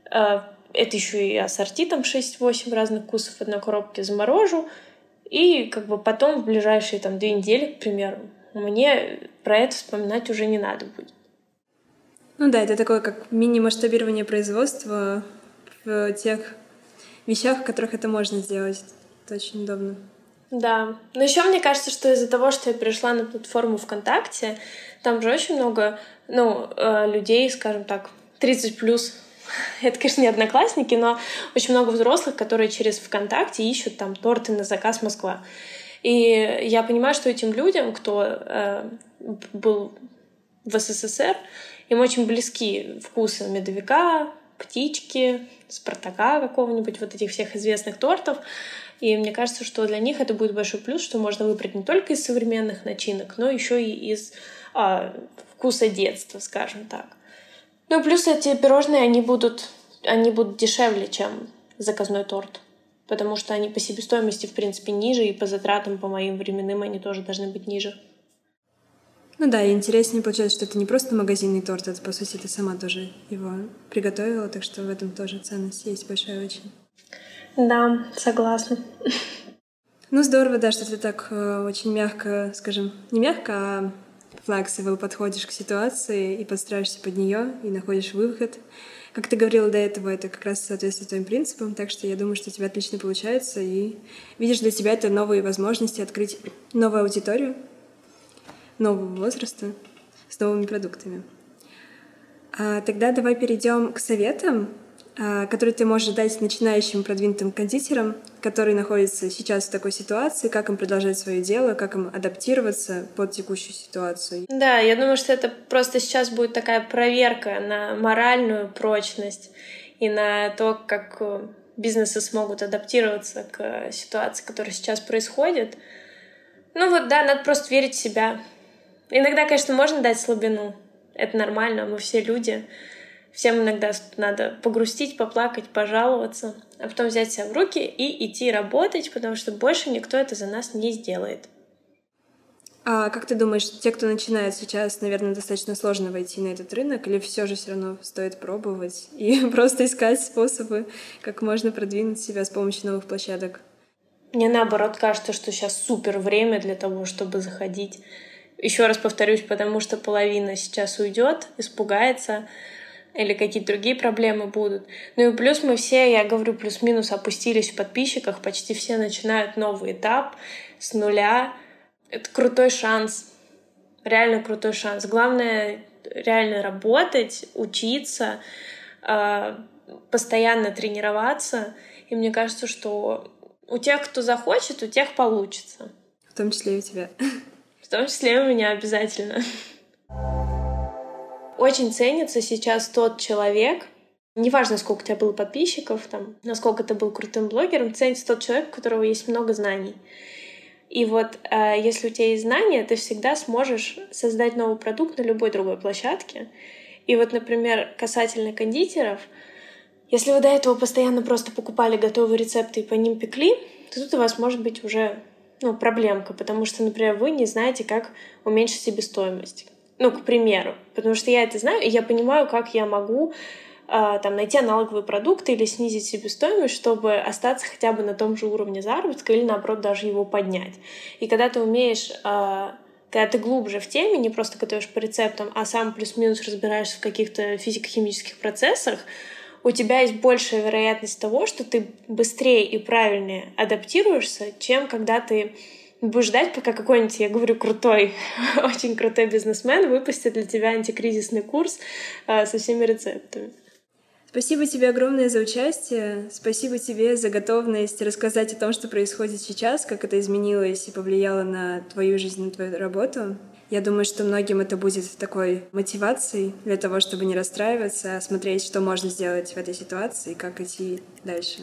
Это еще и ассорти, там шесть-восемь разных вкусов в одной коробке заморожу. И как бы потом в ближайшие там две недели, к примеру, мне про это вспоминать уже не надо будет. Ну да, это такое как мини-масштабирование производства в тех вещах, в которых это можно сделать. Это очень удобно. Да. Но еще мне кажется, что из-за того, что я перешла на платформу ВКонтакте, там же очень много, ну, людей, скажем так, тридцать плюс. Это, конечно, не одноклассники, но очень много взрослых, которые через ВКонтакте ищут там торты на заказ Москва. И я понимаю, что этим людям, кто э, был в СССР, им очень близки вкусы медовика, птички, Спартака какого-нибудь, вот этих всех известных тортов. И мне кажется, что для них это будет большой плюс, что можно выбрать не только из современных начинок, но еще и из а, вкуса детства, скажем так. Ну, плюс эти пирожные, они будут, они будут дешевле, чем заказной торт, потому что они по себестоимости, в принципе, ниже, и по затратам, по моим временным, они тоже должны быть ниже. Ну да, и интереснее получается, что это не просто магазинный торт, это, по сути, ты сама тоже его приготовила, так что в этом тоже ценность есть большая очень. Да, согласна. Ну, здорово, да, что ты так э, очень мягко, скажем, не мягко, а flexible подходишь к ситуации и подстраиваешься под нее и находишь выход. Как ты говорила до этого, это как раз соответствует твоим принципам, так что я думаю, что у тебя отлично получается, и видишь для тебя это новые возможности открыть новую аудиторию, нового возраста, с новыми продуктами. А тогда давай перейдем к советам, а, которые ты можешь дать начинающим продвинутым кондитерам, которые находятся сейчас в такой ситуации, как им продолжать свое дело, как им адаптироваться под текущую ситуацию. Да, я думаю, что это просто сейчас будет такая проверка на моральную прочность и на то, как бизнесы смогут адаптироваться к ситуации, которая сейчас происходит. Ну вот, да, надо просто верить в себя. Иногда, конечно, можно дать слабину. Это нормально, мы все люди. Всем иногда надо погрустить, поплакать, пожаловаться, а потом взять себя в руки и идти работать, потому что больше никто это за нас не сделает. А как ты думаешь, те, кто начинает сейчас, наверное, достаточно сложно войти на этот рынок, или все же все равно стоит пробовать и просто искать способы, как можно продвинуть себя с помощью новых площадок? Мне наоборот кажется, что сейчас супер время для того, чтобы заходить. Еще раз повторюсь, потому что половина сейчас уйдет, испугается, или какие-то другие проблемы будут. Ну и плюс мы все, я говорю, плюс-минус опустились в подписчиках, почти все начинают новый этап с нуля. Это крутой шанс, реально крутой шанс. Главное реально работать, учиться, постоянно тренироваться. И мне кажется, что у тех, кто захочет, у тех получится. В том числе и у тебя. В том числе и у меня обязательно. Очень ценится сейчас тот человек, неважно, сколько у тебя было подписчиков, там, насколько ты был крутым блогером, ценится тот человек, у которого есть много знаний. И вот э, если у тебя есть знания, ты всегда сможешь создать новый продукт на любой другой площадке. И вот, например, касательно кондитеров, если вы до этого постоянно просто покупали готовые рецепты и по ним пекли, то тут у вас может быть уже ну, проблемка, потому что, например, вы не знаете, как уменьшить себестоимость. Ну, к примеру. Потому что я это знаю, и я понимаю, как я могу э, там, найти аналоговые продукты или снизить себестоимость, чтобы остаться хотя бы на том же уровне заработка или, наоборот, даже его поднять. И когда ты умеешь, э, когда ты глубже в теме, не просто готовишь по рецептам, а сам плюс-минус разбираешься в каких-то физико-химических процессах, у тебя есть большая вероятность того, что ты быстрее и правильнее адаптируешься, чем когда ты будешь ждать, пока какой-нибудь, я говорю, крутой, очень крутой бизнесмен выпустит для тебя антикризисный курс э, со всеми рецептами. Спасибо тебе огромное за участие. Спасибо тебе за готовность рассказать о том, что происходит сейчас, как это изменилось и повлияло на твою жизнь, на твою работу. Я думаю, что многим это будет такой мотивацией для того, чтобы не расстраиваться, а смотреть, что можно сделать в этой ситуации и как идти дальше.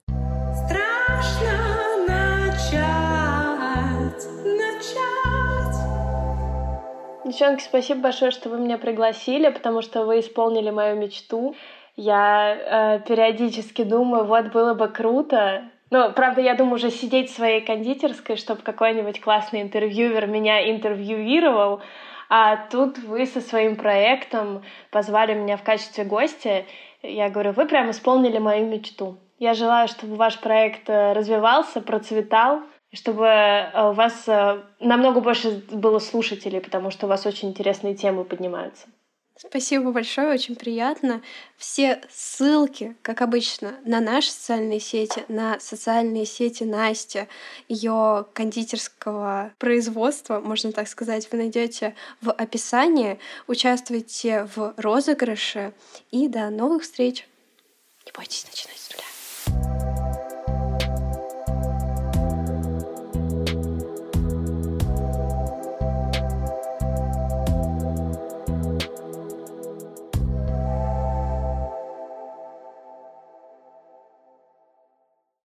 Страшно начать, начать. Девчонки, спасибо большое, что вы меня пригласили, потому что вы исполнили мою мечту. Я э, периодически думаю, вот было бы круто. Ну, правда, я думаю, уже сидеть в своей кондитерской, чтобы какой-нибудь классный интервьюер меня интервьюировал. А тут вы со своим проектом позвали меня в качестве гостя. Я говорю, вы прям исполнили мою мечту. Я желаю, чтобы ваш проект развивался, процветал, чтобы у вас намного больше было слушателей, потому что у вас очень интересные темы поднимаются. Спасибо большое, очень приятно. Все ссылки, как обычно, на наши социальные сети, на социальные сети Насти, ее кондитерского производства, можно так сказать, вы найдете в описании. Участвуйте в розыгрыше и до новых встреч. Не бойтесь начинать с нуля.